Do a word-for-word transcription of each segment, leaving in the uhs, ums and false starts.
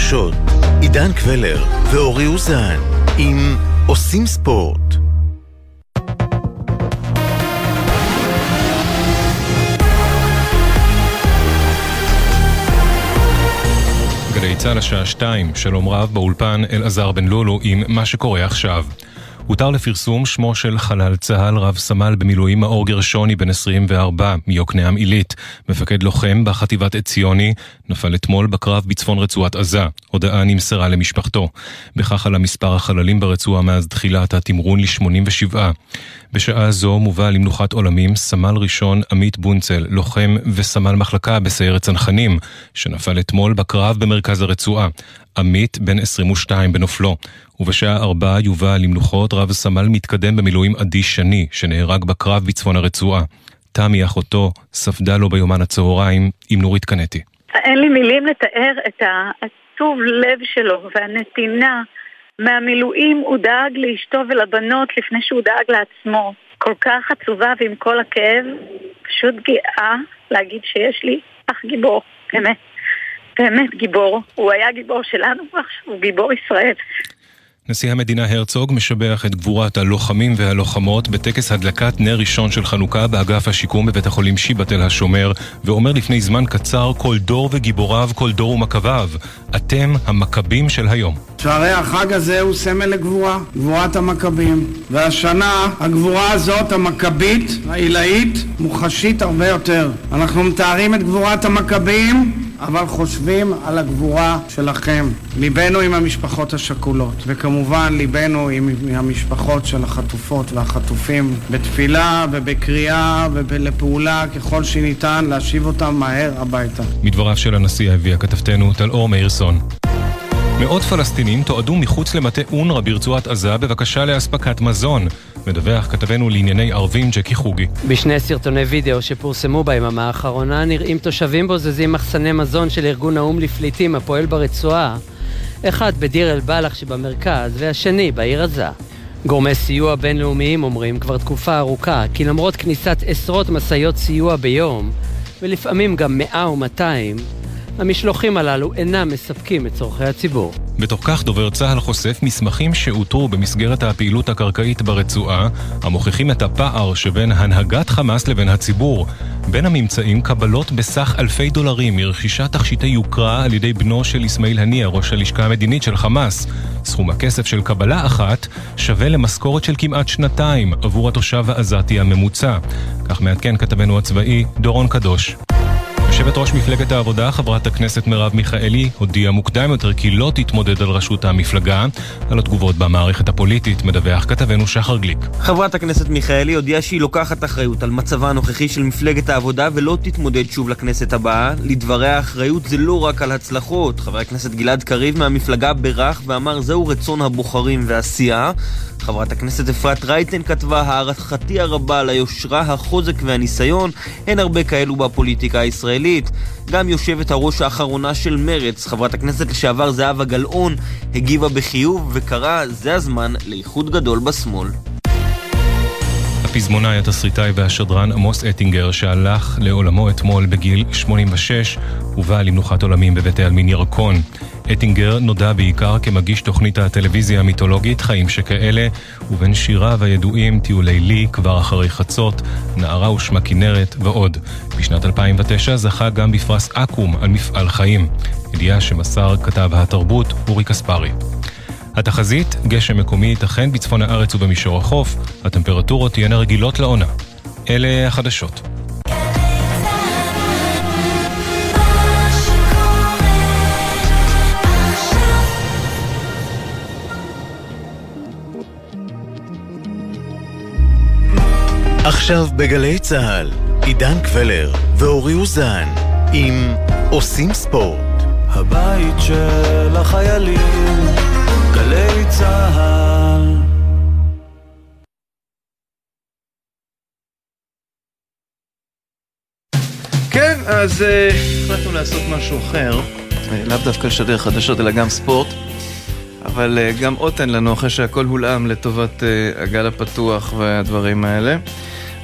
החדשות, עידן קבלר ואורי אוזן עם עושים ספורט. גלי צה"ל השעה שתיים, שלום רב באולפן אלעזר בן לולו עם מה שקורה עכשיו. הותר לפרסום שמו של חלל צה"ל רב סמל במילואים מאור גרשוני בן עשרים וארבע מיוקנעם עילית, מפקד לוחם בחטיבת עציוני, נפל אתמול בקרב בצפון רצועת עזה. הודעה נמסרה למשפחתו. בכך על המספר החללים ברצועה מאז תחילת התמרון ל-שמונים ושבע. בשעה זו מובא למנוחת עולמים סמל ראשון עמית בונצל, לוחם וסמל מחלקה בסיירת צנחנים, שנפל אתמול בקרב במרכז הרצועה. עמית בן עשרים ושתיים בנופלו. ובשעה ארבע יובא למנוחות רב סמל מתקדם במילואים עדי שני, שנהרג בקרב בצפון הרצועה. תמי אחותו ספדה לו ביומן הצהריים עם נורית קנטי. אין לי מילים לתאר את הטוב לב שלו והנתינה. מהמילואים הוא דאג לאשתו ולבנות לפני שהוא דאג לעצמו. כל כך עצובה ועם כל הכאב, פשוט גאה להגיד שיש לי אח גיבור, באמת. באמת גיבור. הוא היה גיבור שלנו ועכשיו הוא גיבור ישראל. נשיא המדינה הרצוג משבח את גבורת הלוחמים והלוחמות בטקס הדלקת נר ראשון של חנוכה באגף השיקום בבית החולים שיבא תל השומר, ואומר לפני זמן קצר, כל דור וגיבוריו, כל דור ומכביו, אתם המכבים של היום. שהרי החג הזה הוא סמל לגבורה, גבורת המכבים, והשנה הגבורה הזאת, המכבית, העילאית, מוחשית הרבה יותר. אנחנו מתארים את גבורת המכבים, אבל חושבים על הגבורה שלכם. ליבנו עם המשפחות השכולות, וכמובן ליבנו עם המשפחות של החטופות והחטופים, בתפילה ובקריאה ובפעולה ככל שניתן להשיב אותם מהר הביתה. מדבריו של הנשיא הביאה כתבתנו טלאור מאירסון. מאות פלסטינים תועדו מחוץ למטה אונר"א ברצועת עזה בבקשה להספקת מזון. מדווח כתבנו לענייני ערבים ג'קי חוגי. בשני סרטוני וידאו שפורסמו ביממה האחרונה נראים תושבים בוזזים מחסני מזון של ארגון האו"ם לפליטים הפועל ברצועה, אחד בדיר אל בלח שבמרכז והשני בעיר עזה. גורמי סיוע בינלאומיים אומרים כבר תקופה ארוכה כי למרות כניסת עשרות מסעיות סיוע ביום ולפעמים גם מאה ומאתיים, המשלוחים הללו אינם מספקים את צורכי הציבור. בתוך כך דובר צה"ל חושף מסמכים שאותרו במסגרת הפעילות הקרקעית ברצועה, המוכיחים את הפער שבין הנהגת חמאס לבין הציבור. בין הממצאים קבלות בסך אלפי דולרים מרכישת תכשיטי יוקרה על ידי בנו של אסמאעיל הנייה, ראש הלשכה המדינית של חמאס. סכום הכסף של קבלה אחת שווה למשכורת של כמעט שנתיים עבור התושב העזתי הממוצע. כך מעדכן כתבנו הצבאי דורון קדוש. יושבת ראש מפלגת העבודה, חברת הכנסת מרב מיכאלי, הודיעה מוקדם יותר כי לא תתמודד על ראשות המפלגה. על התגובות במערכת הפוליטית מדווח כתבנו שחר גליק. חברת הכנסת מיכאלי הודיעה שהיא לוקחת אחריות על מצבה הנוכחי של מפלגת העבודה ולא תתמודד שוב לכנסת הבאה. לדבריה האחריות זה לא רק על הצלחות. חבר הכנסת גלעד קריב מהמפלגה ברח ואמר זהו רצון הבוחרים והסיעה. חברת הכנסת אפרת רייטן כתבה הערכתי הרבה על היושרה, החוזק והניסיון, אין הרבה כאלו בפוליטיקה הישראלית. גם יושבת הראש האחרונה של מרץ, חברת הכנסת לשעבר זהבה גלאון, הגיבה בחיוב וקרא זה הזמן לאיחוד גדול בשמאל. הפזמונאי, התסריטאי והשדרן עמוס אטינגר, שהלך לעולמו אתמול בגיל שמונים ושש, הובא למנוחת עולמים בבית העלמין ירקון. אטינגר נודע בעיקר כמגיש תוכנית הטלוויזיה המיתולוגית חיים שכאלה, ובין שיריו הידועים טיולי לי, כבר אחרי חצות, נערה ושמה כנרת ועוד. בשנת אלפיים ותשע זכה גם בפרס אקו"ם על מפעל חיים, ידיעה שמסר כתב התרבות אורי קספרי. התחזית, גשם מקומי ייתכן בצפון הארץ ובמישור החוף, הטמפרטורות תהיינה רגילות לעונה. אלה החדשות. עכשיו בגלי צה"ל, עידן קבלר ואורי אוזן עם עושים ספורט. הבית של החיילים, גלי צה"ל. כן, אז החלטנו לעשות משהו אחר, לאו דווקא לשדר חדשות אלא גם ספורט, אבל גם עוד תן לנו אחרי שהכל הולאם לטובת הגל הפתוח והדברים האלה.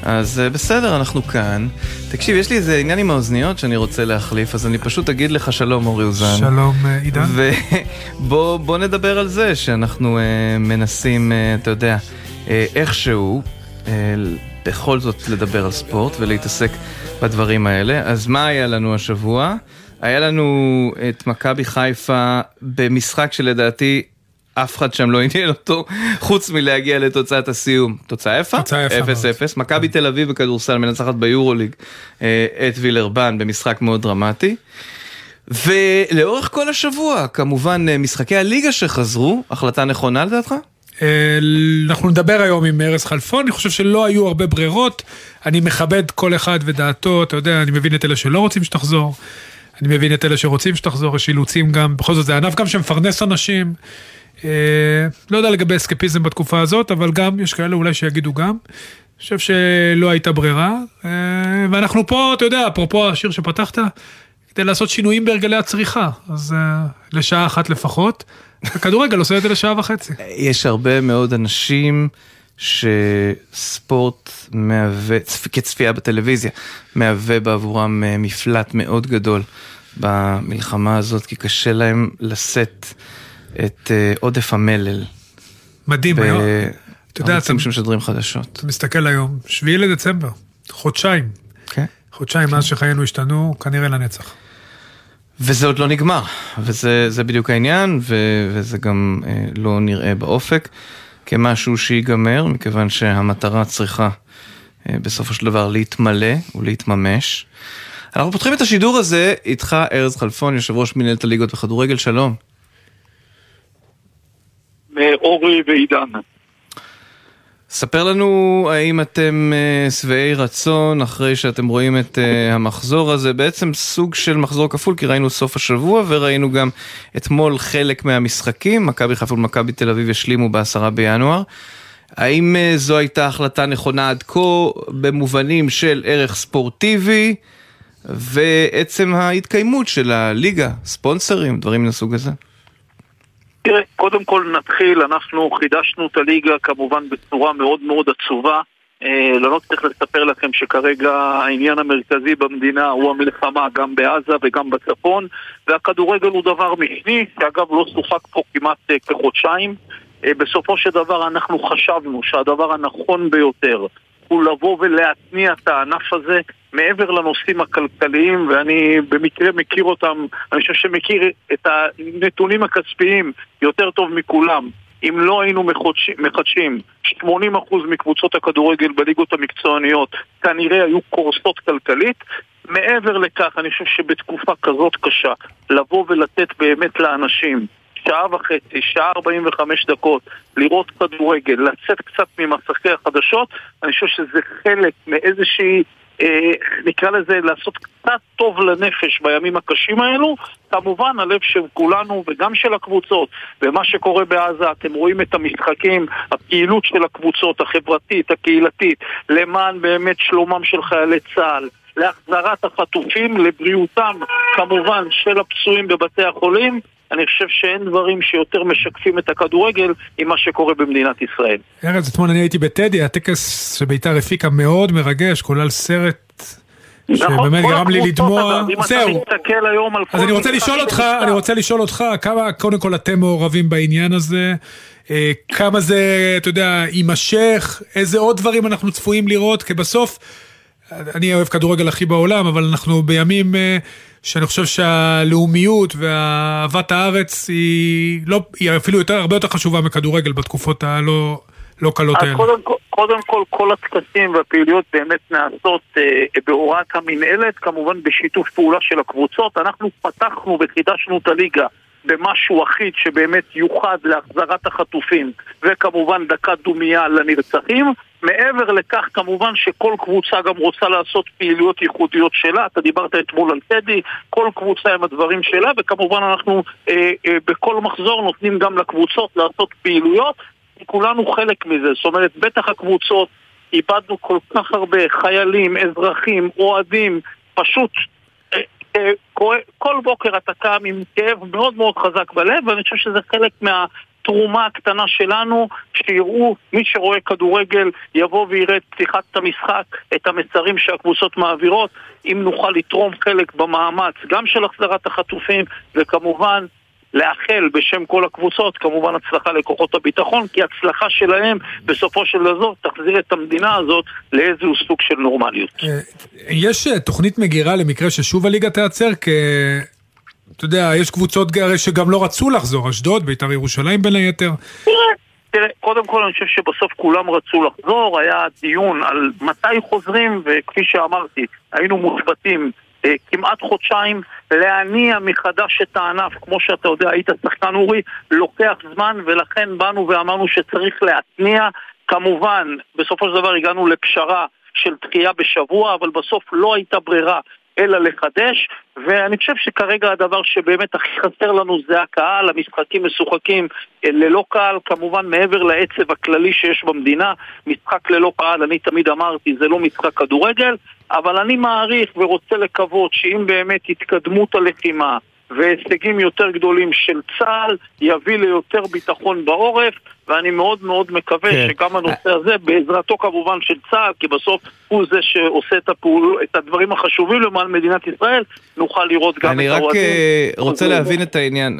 אז בסדר, אנחנו כאן. תקשיב, יש לי איזה עניין עם האוזניות שאני רוצה להחליף, אז אני פשוט אגיד לך שלום אורי אוזן. שלום עידן. ובוא בוא נדבר על זה שאנחנו uh, מנסים, uh, אתה יודע, uh, איכשהו uh, בכל זאת לדבר על ספורט ולהתעסק בדברים האלה. אז מה היה לנו השבוע? היה לנו את מכבי חיפה במשחק שלדעתי אף אחד שם לא עניין אותו, חוץ מלהגיע לתוצאת הסיום. תוצאה יפה? תוצאה יפה. אפס אפס. מכבי תל אביב בכדורסל מנצחת ביורוליג את וילרבן במשחק מאוד דרמטי. ולאורך כל השבוע, כמובן משחקי הליגה שחזרו, החלטה נכונה לדעתך? אנחנו נדבר היום עם ארז חלפון, אני חושב שלא היו הרבה ברירות, אני מכבד כל אחד ודעתו, אתה יודע, אני מבין את אלה שלא רוצים שתחזור, אני מבין את אלה שרוצים שתחזור, יש אילוצים גם, בכל זאת זה ענף גם שמפרנס אנשים, לא יודע לגבי אסקפיזם בתקופה הזאת, אבל גם יש כאלה אולי שיגידו גם, אני חושב שלא הייתה ברירה, ואנחנו פה, אתה יודע, אפרופו השיר שפתחת, כדי לעשות שינויים בהרגלי הצריכה, אז לשעה אחת לפחות, הכדורגל עושה את זה לשעה וחצי. יש הרבה מאוד אנשים שספורט מהווה, כצפייה בטלוויזיה, מהווה בעבורם מפלט מאוד גדול במלחמה הזאת, כי קשה להם לשאת את עודף המלל. מדהים, היום. אתה יודע, אתם שמשדרים חדשות. אתה מסתכל היום, שביעי לדצמבר, חודשיים. כן. חודשיים מאז שחיינו השתנו, כנראה לנצח. וזה עוד לא נגמר, וזה זה בדיוק העניין, ו, וזה גם אה, לא נראה באופק כמשהו שיגמר, מכיוון שהמטרה צריכה אה, בסופו של דבר להתמלא ולהתממש. אנחנו פותחים את השידור הזה, איתך ארז חלפון, יושב ראש מנהלת הליגות בכדורגל, שלום. אורי ועידן. ספר לנו האם אתם uh, שבעי רצון אחרי שאתם רואים את uh, המחזור הזה, בעצם סוג של מחזור כפול, כי ראינו סוף השבוע וראינו גם אתמול חלק מהמשחקים, מכבי חיפה ומכבי תל אביב השלימו בעשרה בינואר. האם uh, זו הייתה החלטה נכונה עד כה במובנים של ערך ספורטיבי ועצם ההתקיימות של הליגה, ספונסרים, דברים מן הסוג הזה? תראה, קודם כל נתחיל, אנחנו חידשנו את הליגה כמובן בצורה מאוד מאוד עצובה. אה, לא צריך לספר לכם שכרגע העניין המרכזי במדינה הוא המלחמה גם בעזה וגם בצפון, והכדורגל הוא דבר משני, שאגב לא שוחק פה כמעט אה, כחודשיים. אה, בסופו של דבר אנחנו חשבנו שהדבר הנכון ביותר הוא לבוא ולהתניע את הענף הזה מעבר לנושאים הכלכליים, ואני במקרה מכיר אותם, אני חושב שמכיר את הנתונים הכספיים יותר טוב מכולם. אם לא היינו מחדשים, מחדשים שמונים אחוז מקבוצות הכדורגל בליגות המקצועניות כנראה היו קורסות כלכלית. מעבר לכך, אני חושב שבתקופה כזאת קשה לבוא ולתת באמת לאנשים שעה וחצי, שעה ארבעים וחמש דקות, לראות כדורגל, לצאת קצת ממסכי החדשות, אני חושב שזה חלק מאיזושהי, אה, נקרא לזה, לעשות קצת טוב לנפש בימים הקשים האלו. כמובן, הלב של כולנו וגם של הקבוצות, ומה שקורה בעזה, אתם רואים את המשחקים, הפעילות של הקבוצות, החברתית, הקהילתית, למען באמת שלומם של חיילי צה"ל, להחזרת החטופים, לבריאותם, כמובן, של הפצועים בבתי החולים. אני חושב שאין דברים שיותר משקפים את הכדורגל עם מה שקורה במדינת ישראל. ארז, אתמול אני הייתי בטדי, הטקס שביתר הפיקה מאוד מרגש, כולל סרט שבאמת גרם לי לדמוע. זהו. אז אני רוצה לשאול אותך, אני רוצה לשאול אותך, כמה קודם כל אתם מעורבים בעניין הזה, כמה זה, אתה יודע, יימשך, איזה עוד דברים אנחנו צפויים לראות, כי בסוף, אני אוהב כדורגל הכי בעולם, אבל אנחנו בימים שאני חושב שהלאומיות ואהבת הארץ היא, לא, היא אפילו יותר, הרבה יותר חשובה מכדורגל בתקופות הלא לא קלות האלה. קודם, קודם כל, כל הטקסים והפעילויות באמת נעשות אה, בהוראת המנהלת, כמובן בשיתוף פעולה של הקבוצות. אנחנו פתחנו וחידשנו את הליגה במשהו אחיד שבאמת יוחד להחזרת החטופים, וכמובן דקת דומיה לנרצחים. מעבר לכך, כמובן שכל קבוצה גם רוצה לעשות פעילויות ייחודיות שלה. אתה דיברת אתמול על טדי, כל קבוצה עם הדברים שלה, וכמובן אנחנו אה, אה, בכל מחזור נותנים גם לקבוצות לעשות פעילויות, כולנו חלק מזה. זאת אומרת, בטח הקבוצות, איבדנו כל כך הרבה חיילים, אזרחים, אוהדים, פשוט אה, אה, כל, כל בוקר אתה קם עם כאב מאוד מאוד חזק בלב, ואני חושב שזה חלק מה... התרומה הקטנה שלנו, שיראו, מי שרואה כדורגל יבוא ויראה את פתיחת המשחק, את המסרים שהקבוצות מעבירות, אם נוכל לתרום חלק במאמץ, גם של החזרת החטופים, וכמובן לאחל בשם כל הקבוצות, כמובן הצלחה לכוחות הביטחון, כי הצלחה שלהם בסופו של דבר תחזיר את המדינה הזאת לאיזשהו סוג של נורמליות. יש תוכנית מגירה למקרה ששוב הליגה תיעצר, כי אתה יודע, יש קבוצות שגם לא רצו לחזור, אשדוד, בית"ר ירושלים בין היתר. תראה, תראה, קודם כל אני חושב שבסוף כולם רצו לחזור, היה דיון על מתי חוזרים, וכפי שאמרתי, היינו מושבתים כמעט חודשיים להניע מחדש את הענף, כמו שאתה יודע, היית שחקן אורי, לוקח זמן, ולכן באנו ואמרנו שצריך להתניע. כמובן, בסופו של דבר הגענו לפשרה של דחייה בשבוע, אבל בסוף לא הייתה ברירה אלא לחדש, ואני חושב שכרגע הדבר שבאמת הכי חסר לנו זה הקהל, המשחקים משוחקים ללא קהל, כמובן מעבר לעצב הכללי שיש במדינה, משחק ללא קהל, אני תמיד אמרתי, זה לא משחק כדורגל, אבל אני מעריך ורוצה לקוות שאם באמת התקדמות הלחימה והישגים יותר גדולים של צה"ל יביא ליותר ביטחון בעורף, ואני מאוד מאוד מקווה כן. שגם הנושא הזה, בעזרתו כמובן של צה"ל, כי בסוף הוא זה שעושה את, הפעול, את הדברים החשובים למען מדינת ישראל, נוכל לראות גם את האוהדים. אני רק רוצה להבין את העניין.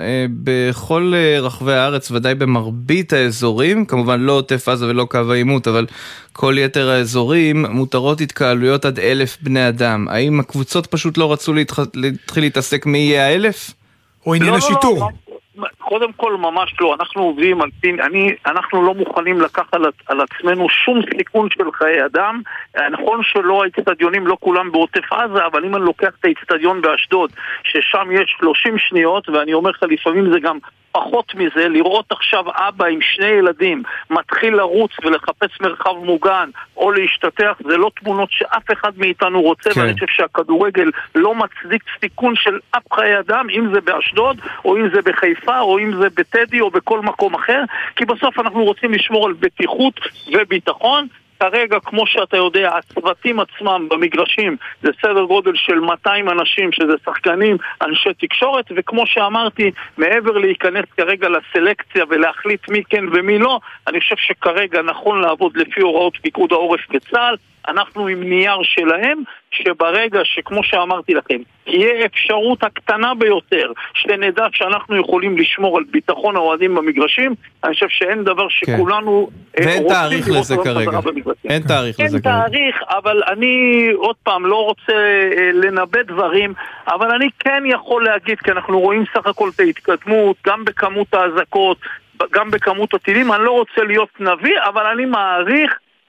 בכל רחבי הארץ, ודאי במרבית האזורים, כמובן לא עוטף עזה ולא קו העימות, אבל כל יתר האזורים, מותרות התקהלויות עד אלף בני אדם. האם הקבוצות פשוט לא רצו להתחיל להתעסק מי יהיה האלף? או עניין השיטור? לא, לא, קודם כל ממש לא, אנחנו עובדים על פין, אני, אנחנו לא מוכנים לקחת על, על עצמנו שום סיכון של חיי אדם. נכון שלא האצטדיונים לא כולם בעוטף עזה, אבל אם אני לוקח את האצטדיון באשדוד, ששם יש שלושים שניות, ואני אומר לך לפעמים זה גם פחות מזה, לראות עכשיו אבא עם שני ילדים מתחיל לרוץ ולחפש מרחב מוגן או להשתתח, זה לא תמונות שאף אחד מאיתנו רוצה, כן. ואני חושב שהכדורגל לא מצדיק סיכון של אף חיי אדם, אם זה באשדוד או אם זה בחיפה או אם זה בטדי או בכל מקום אחר, כי בסוף אנחנו רוצים לשמור על בטיחות וביטחון. כרגע, כמו שאתה יודע, הצוותים עצמם במגרשים זה סדר גודל של מאתיים אנשים, שזה שחקנים, אנשי תקשורת, וכמו שאמרתי, מעבר להיכנס כרגע לסלקציה ולהחליט מי כן ומי לא, אני חושב שכרגע נכון לעבוד לפי הוראות פיקוד העורף בצה"ל. אנחנו עם נייר שלהם, שברגע שכמו שאמרתי לכם, תהיה אפשרות הקטנה ביותר שנדע שאנחנו יכולים לשמור על ביטחון האוהדים במגרשים, אני חושב שאין דבר שכולנו ואין תאריך לזה כרגע. אין תאריך לזה כרגע. אין תאריך, אבל אני עוד פעם לא רוצה לנבא דברים, אבל אני כן יכול להגיד, כי אנחנו רואים סך הכל את ההתקדמות, גם בכמות ההזקות, גם בכמות הטילים, אני לא רוצה להיות נביא, אבל אני מעריך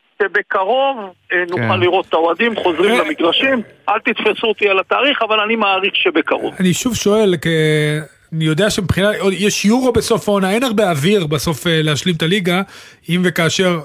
שבקרוב נוכל לראות את האוהדים חוזרים למגרשים. אל תתפסו אותי על התאריך, אבל אני מעריך שבקרוב. אני שוב שואל, אני יודע שמבחינה, יש יורו בסוף העונה, אין הרבה אוויר בסוף להשלים את הליגה, אם וכאשר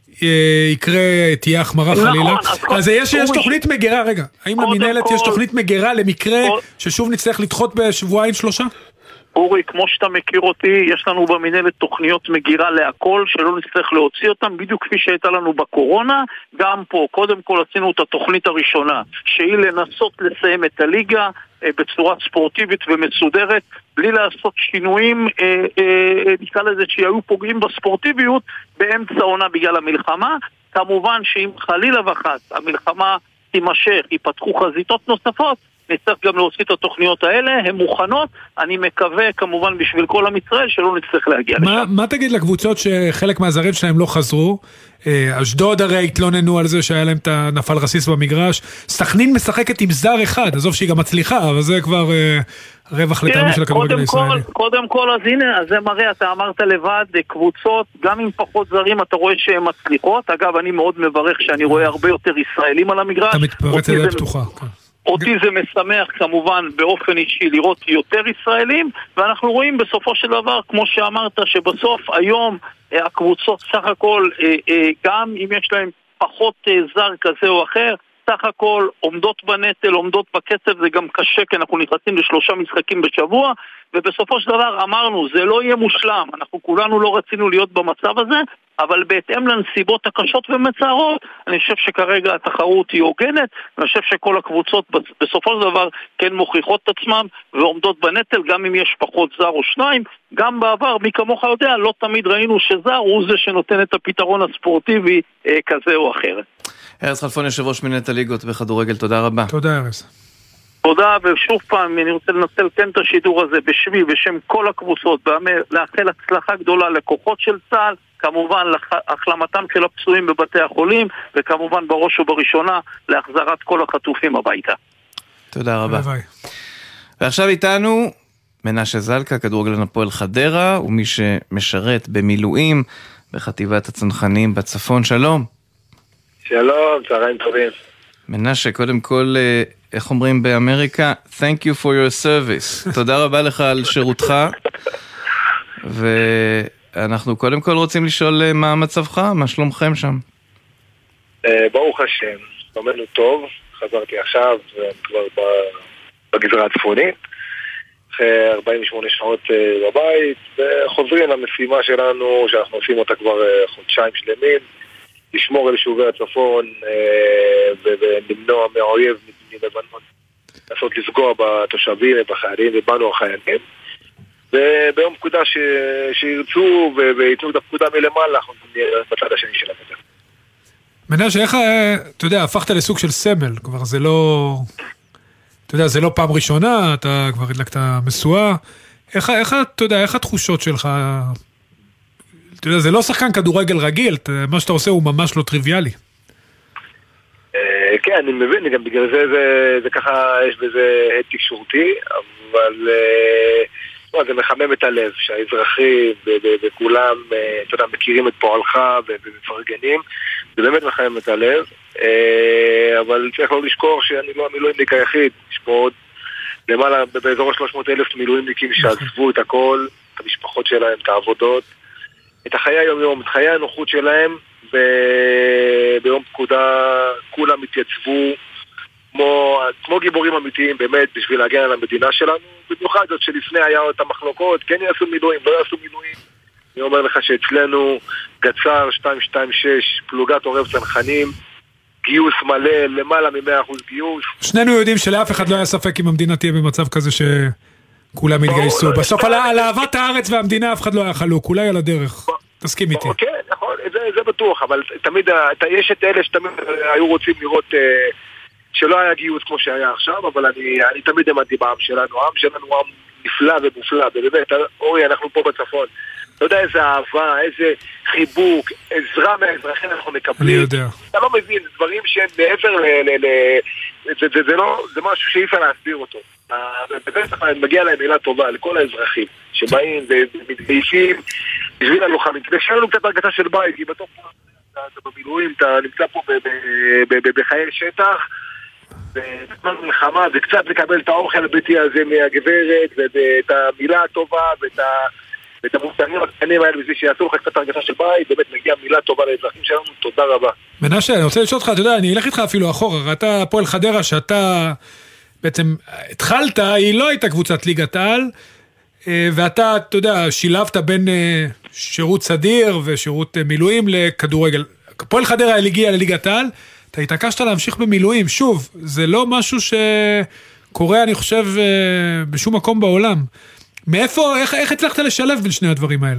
יקרה, תהיה החמרה חלילה. אז יש תוכנית מגירה, רגע, האם למנהלת יש תוכנית מגירה למקרה ששוב נצטרך לדחות בשבועיים שלושה? אורי, כמו שאתה מכיר אותי, יש לנו במנהלת תוכניות מגירה להכל, שלא נצטרך להוציא אותם, בדיוק כפי שהייתה לנו בקורונה. גם פה, קודם כל עשינו את התוכנית הראשונה, שהיא לנסות לסיים את הליגה אה, בצורה ספורטיבית ומסודרת, בלי לעשות שינויים, אה, אה, נקרא לזה שהיו פוגעים בספורטיביות באמצע העונה בגלל המלחמה. כמובן שאם חלילה וחס המלחמה תימשך, ייפתחו חזיתות נוספות, נצטרך גם להוציא את התוכניות האלה, הן מוכנות, אני מקווה כמובן בשביל כל עם ישראל שלא נצטרך להגיע מה, לשם. מה תגיד לקבוצות שחלק מהזרים שלהם לא חזרו? אשדוד הרי התלוננו על זה שהיה להם את הנפל רסיס במגרש, סכנין משחקת עם זר אחד, עזוב שהיא גם מצליחה, אבל זה כבר אה, רווח לטעמי של הכדורגל הישראלי. קודם כל, אז הנה, אז זה מראה, אתה אמרת לבד, קבוצות, גם עם פחות זרים אתה רואה שהן מצליחות, אגב אני מאוד מברך שאני רואה הרבה יותר ישראלים על המגרש. אתה מתפרץ לדעת פתוחה, כן. אותי זה משמח כמובן באופן אישי לראות יותר ישראלים, ואנחנו רואים בסופו של דבר, כמו שאמרת, שבסוף היום הקבוצות סך הכל, גם אם יש להם פחות זר כזה או אחר, סך הכל עומדות בנטל, עומדות בקצב, זה גם קשה כי אנחנו נכנסים לשלושה משחקים בשבוע, ובסופו של דבר אמרנו, זה לא יהיה מושלם, אנחנו כולנו לא רצינו להיות במצב הזה, אבל בהתאם לנסיבות הקשות ומצערות, אני חושב שכרגע התחרות היא הוגנת, ואני חושב שכל הקבוצות בסופו של דבר כן מוכיחות את עצמם ועומדות בנטל, גם אם יש פחות זר או שניים. גם בעבר, מי כמוך יודע, לא תמיד ראינו שזר הוא זה שנותן את הפתרון הספורטיבי אה, כזה או אחרת. ארז חלפון, יושב ראש מנהלת הליגות בכדורגל, תודה רבה. תודה ארז. תודה, ושוב פעם אני רוצה לנצל כן את השידור הזה בשמי, בשם כל הקבוצות, לאחל הצלחה גדולה לכוחות של צה"ל, כמובן להחלמתם של הפצועים בבתי החולים, וכמובן בראש ובראשונה להחזרת כל החטופים הביתה. תודה רבה. ביי. ועכשיו איתנו מנשה זלקה, כדורגלן הפועל חדרה, ומי שמשרת במילואים בחטיבת הצנחנים בצפון. שלום. שלום, צהריים טובים. מנשה, קודם כל, איך אומרים באמריקה? Thank you for your service. תודה רבה לך על שירותך. ואנחנו קודם כל רוצים לשאול מה מצבך, מה שלומכם שם? ברוך השם, שלומנו טוב. חזרתי עכשיו, כבר בגזרה הצפונית. אחרי ארבעים ושמונה שעות בבית, וחוזרים למשימה שלנו, שאנחנו עושים אותה כבר חודשיים שלמים. לשמור על יישובי הצפון ולמנוע מהאויב מלבנון לעשות לפגוע בתושבים ובחיילים ובנו החיילים, וביום פקודה שירצו ויתנו את הפקודה מלמעלה אנחנו נהיה בצד השני של המדינה. מנשה, איך אתה יודע, הפכת לסוג של סמל, כבר זה לא אתה יודע, זה לא פעם ראשונה, אתה כבר הדלקת מסועה, איך אתה יודע, איך התחושות שלך? אתה יודע, זה לא שחקן כדורגל רגיל, מה שאתה עושה הוא ממש לא טריוויאלי. כן, אני מבין, גם בגלל זה זה ככה, יש בזה הד תקשורתי, אבל זה מחמם את הלב, שהאזרחים וכולם, אתה יודע, מכירים את פועלך ומפרגנים, זה באמת מחמם את הלב, אבל צריך לא לשכוח שאני לא המילואימניק היחיד, יש פה עוד למעלה, באזור שלוש מאות אלף מילואימניקים שעזבו את הכל, את המשפחות שלהם, את העבודות, את החיי היום-יום, את חיי הנוחות שלהם, וביום פקודה כולם התייצבו כמו, כמו גיבורים אמיתיים באמת בשביל להגן על המדינה שלנו, במיוחד זאת שלפני היה את המחלוקות, כן יעשו מילואים, לא יעשו מילואים. אני אומר לך שאצלנו גצר שתיים שתיים שש, פלוגת עורב צנחנים, גיוס מלא, למעלה מ-מאה אחוז גיוס. שנינו יודעים שלאף אחד לא היה ספק אם המדינה תהיה במצב כזה ש... כולם התגייסו. בסוף על אהבת הארץ והמדינה אף אחד לא היה חלוק, אולי על הדרך. תסכים איתי. כן, נכון, זה בטוח, אבל תמיד, יש את אלה שתמיד היו רוצים לראות שלא היה גיוס כמו שהיה עכשיו, אבל אני תמיד אמרתי בעם שלנו, העם שלנו הוא עם נפלא ומופלא, ובאמת, אורי, אנחנו פה בצפון. אתה יודע איזה אהבה, איזה חיבוק, עזרה מהאזרחים אנחנו מקבלים. אני יודע. אתה לא מבין, דברים שהם מעבר ל... זה משהו שאי אפשר להסביר אותו. ובאמת מגיע להם מילה טובה לכל האזרחים שבאים ומתגייסים בשביל הלוחמים, כדי שיהיה לנו קצת הרגשה של בית, כי בתוך במילואים אתה נמצא פה בחיי שטח ובזמן מלחמה וקצת לקבל את האוכל הביתי הזה מהגברת ואת המילה הטובה ואת המוצרים הקטנים האלה בשביל שיעשו לך קצת הרגשה של בית, באמת מגיע מילה טובה לאזרחים שלנו, תודה רבה. מנשה, אני רוצה לשאול אותך, אתה יודע, אני אלך איתך אפילו אחורה, אתה הפועל חדרה שאתה בעצם התחלת, היא לא הייתה קבוצת ליגת העל, ואתה, אתה יודע, שילבת בין שירות סדיר ושירות מילואים לכדורגל. הפועל חדרה הגיעה לליגת העל, אתה התעקשת להמשיך במילואים. שוב, זה לא משהו שקורה, אני חושב, בשום מקום בעולם. מאיפה, איך, איך הצלחת לשלב בין שני הדברים האלה?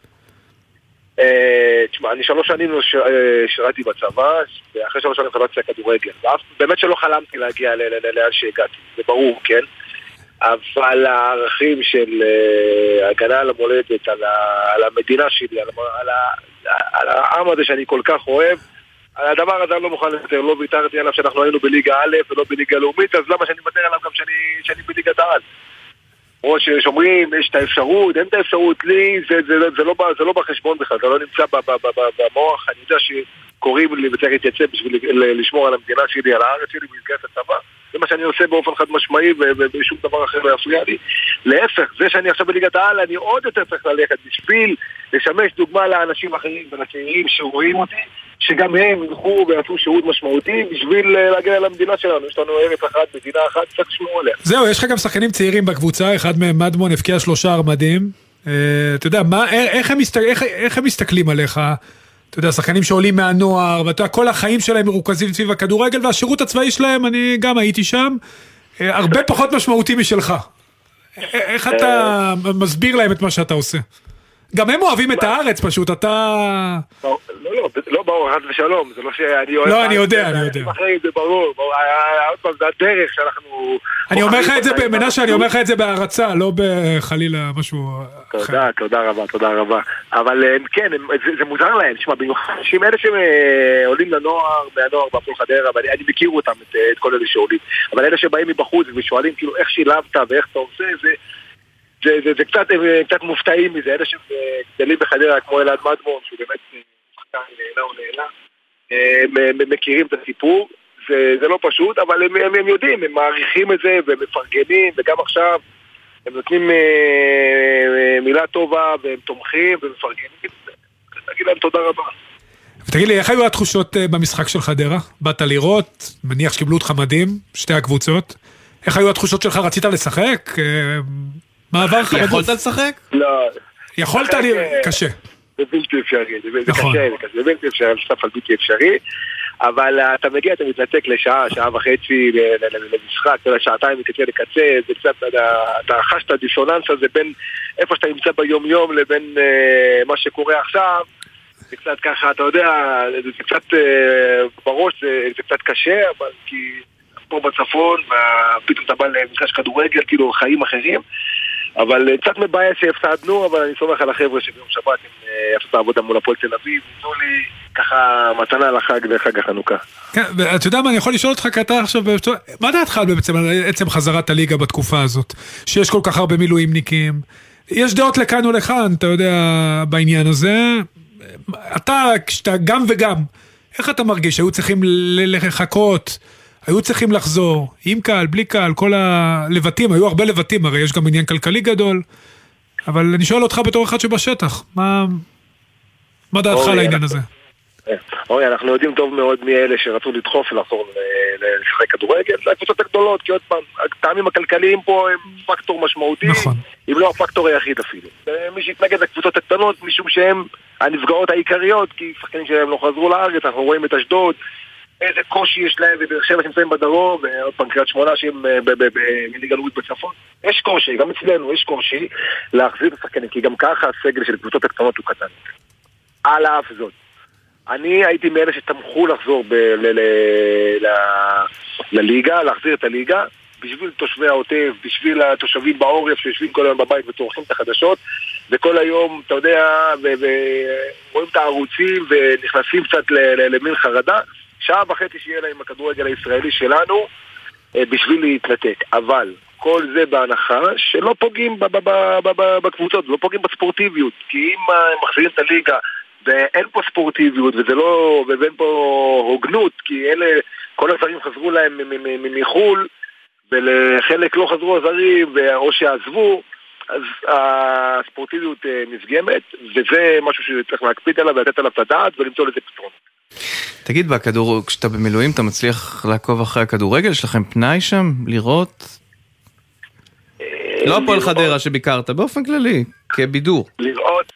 תשמע, אני שלוש שנים שירתי בצבא, ואחרי שלוש שנים חלצתי לכדורגל, באמת שלא חלמתי להגיע לאן שהגעתי, זה ברור, כן? אבל הערכים של הגנה על המולדת, על המדינה שלי, על העם הזה שאני כל כך אוהב, על הדבר הזה אני לא מוכן יותר, לא ויתרתי עליו שאנחנו היינו בליגה א' ולא בליגה לאומית, אז למה שאני מוותר עליו גם שאני בליגת העל? או שאומרים, יש את האפשרות, אין את האפשרות, לי זה, זה, זה, זה, לא, זה לא בחשבון בכלל, זה לא נמצא במוח, אני יודע שקוראים לי וצריך להתייצב בשביל לשמור על המדינה שלי, על הארץ שלי, במסגרת הצבא, זה מה שאני עושה באופן חד משמעי ובשום דבר אחר לא יפריע לי. להפך, זה שאני עכשיו בליגת העל, אני עוד יותר צריך ללכת בשביל לשמש דוגמה לאנשים אחרים ולצעירים שרואים אותי, שגם הם ילכו ויעשו שירות משמעותי בשביל להגיע למדינה שלנו. יש לנו ארץ אחת, מדינה אחת, צריך לשמור עליה. זהו, יש לך גם שחקנים צעירים בקבוצה, אחד מהם מדמון הפקיע שלושה ארמדים. אתה יודע, איך הם מסתכלים עליך? אתה יודע, שחקנים שעולים מהנוער, ואתה יודע, כל החיים שלהם מרוכזים סביב הכדורגל, והשירות הצבאי שלהם, אני גם הייתי שם, הרבה פחות משמעותי משלך. איך אתה מסביר להם את מה שאתה עושה? גם הם אוהבים את הארץ פשוט, אתה... לא, לא, לא ברור, חד ושלום, זה לא שאני אוהב... לא, אני יודע, אני יודע. זה ברור, עוד פעם, זה הדרך שאנחנו... אני אומר לך את זה, מנשה, אני אומר לך את זה בהרצה, לא בחלילה משהו אחר. תודה, תודה רבה, תודה רבה. אבל כן, זה מוזר להם, תשמע, במיוחד שאם אלה שעולים לנוער, מהנוער בהפועל חדרה, ואני מכיר אותם, את כל אלה שעולים, אבל אלה שבאים מבחוץ ושואלים, כאילו, איך שילבת ואיך אתה עושה, זה... זה, זה, זה קצת, קצת מופתעים מזה, אלה שגדלים בחדרה כמו אלעד מדמון, שהוא באמת שחקן נהנה ונהנה, הם מכירים את הסיפור, זה, זה לא פשוט, אבל הם, הם, הם יודעים, הם מעריכים את זה ומפרגנים, וגם עכשיו הם נותנים מילה טובה, והם תומכים ומפרגנים, נגיד להם תודה רבה. ותגיד לי, איך היו התחושות במשחק של חדרה? באת לראות, מניח שקיבלו אותך מדהים, שתי הקבוצות, איך היו התחושות שלך? רצית לשחק? מה עבר לך? יכולת לשחק? לא. יכולת לי... קשה. זה בלתי אפשרי, זה קשה, זה בלתי אפשרי, זה סף על בלתי אפשרי, אבל אתה מגיע, אתה מתנתק לשעה, שעה וחצי למשחק, שעתיים מקצה לקצה, זה קצת, אתה חש את הדיסוננס הזה בין איפה שאתה נמצא ביום יום לבין מה שקורה עכשיו, זה קצת ככה, אתה יודע, זה קצת בראש, זה קצת קשה, אבל כי... פה בצפון, ופתאום אתה בא למגרש כדורגל, כאילו חיים אחרים, אבל קצת מבעיה שהפסדנו, אבל אני סומך על החבר'ה שביום שבת הם עשו את העבודה מול הפועל תל אביב, ניתנו לי ככה מתנה לחג וחג החנוכה. כן, ואתה יודע מה, אני יכול לשאול אותך כתה עכשיו, מה דעתך בעצם על עצם חזרת הליגה בתקופה הזאת, שיש כל כך הרבה מילואימניקים, יש דעות לכאן או לכאן, אתה יודע, בעניין הזה, אתה, כשאתה גם וגם, איך אתה מרגיש, היו צריכים לחכות, היו צריכים לחזור, עם קהל, בלי קהל, כל הלבטים, היו הרבה לבטים, הרי יש גם עניין כלכלי גדול, אבל אני שואל אותך בתור אחד שבשטח, מה, מה דעתך על העניין הזה? אורי, אנחנו יודעים טוב מאוד מי אלה שרצו לדחוף ולחזור לשחק כדורגל, זה הקבוצות הגדולות, כי עוד פעם, הטעמים הכלכליים פה הם פקטור משמעותי, אם לא הפקטור היחיד אפילו. מי שהתנגד לקבוצות הקטנות, משום שהם הנפגעות העיקריות, כי שחקנים שלהם לא חזרו לארץ, אנחנו רואים את אשדוד, איזה קושי יש להם, ובאר שבע שנמצאים בדרום, ועוד פעם קריית שמונה שהם בליגה לאומית בצפון. יש קושי, גם אצלנו יש קושי להחזיר את השחקנים, כי גם ככה הסגל של קבוצות הקטנות הוא קטן. על אף זאת. אני הייתי מאלה שתמכו לחזור לליגה, להחזיר את הליגה, בשביל תושבי העוטף, בשביל התושבים בעורף שיושבים כל היום בבית ותורכים את החדשות, וכל היום, אתה יודע, ורואים את הערוצים ונכנסים קצת למין חרדה, שעה וחצי שיהיה להם הכדורגל הישראלי שלנו בשביל להתנתק. אבל כל זה בהנחה שלא פוגעים בקבוצות, לא פוגעים בספורטיביות, כי אם הם מחזירים את הליגה ואין פה ספורטיביות וזה לא, ואין פה הוגנות, כי אלה, כל הזרים חזרו להם מחול ולחלק לא חזרו הזרים או שעזבו, אז הספורטיביות נפגמת, וזה משהו שצריך להקפיד עליו ולתת עליו את הדעת ולמצוא לזה פתרון. תגיד, בכדור, כשאתה במילואים אתה מצליח לעקוב אחרי הכדורגל? יש לכם פנאי שם? לראות? לא הפועל חדרה שביקרת, באופן כללי, כבידור. לראות,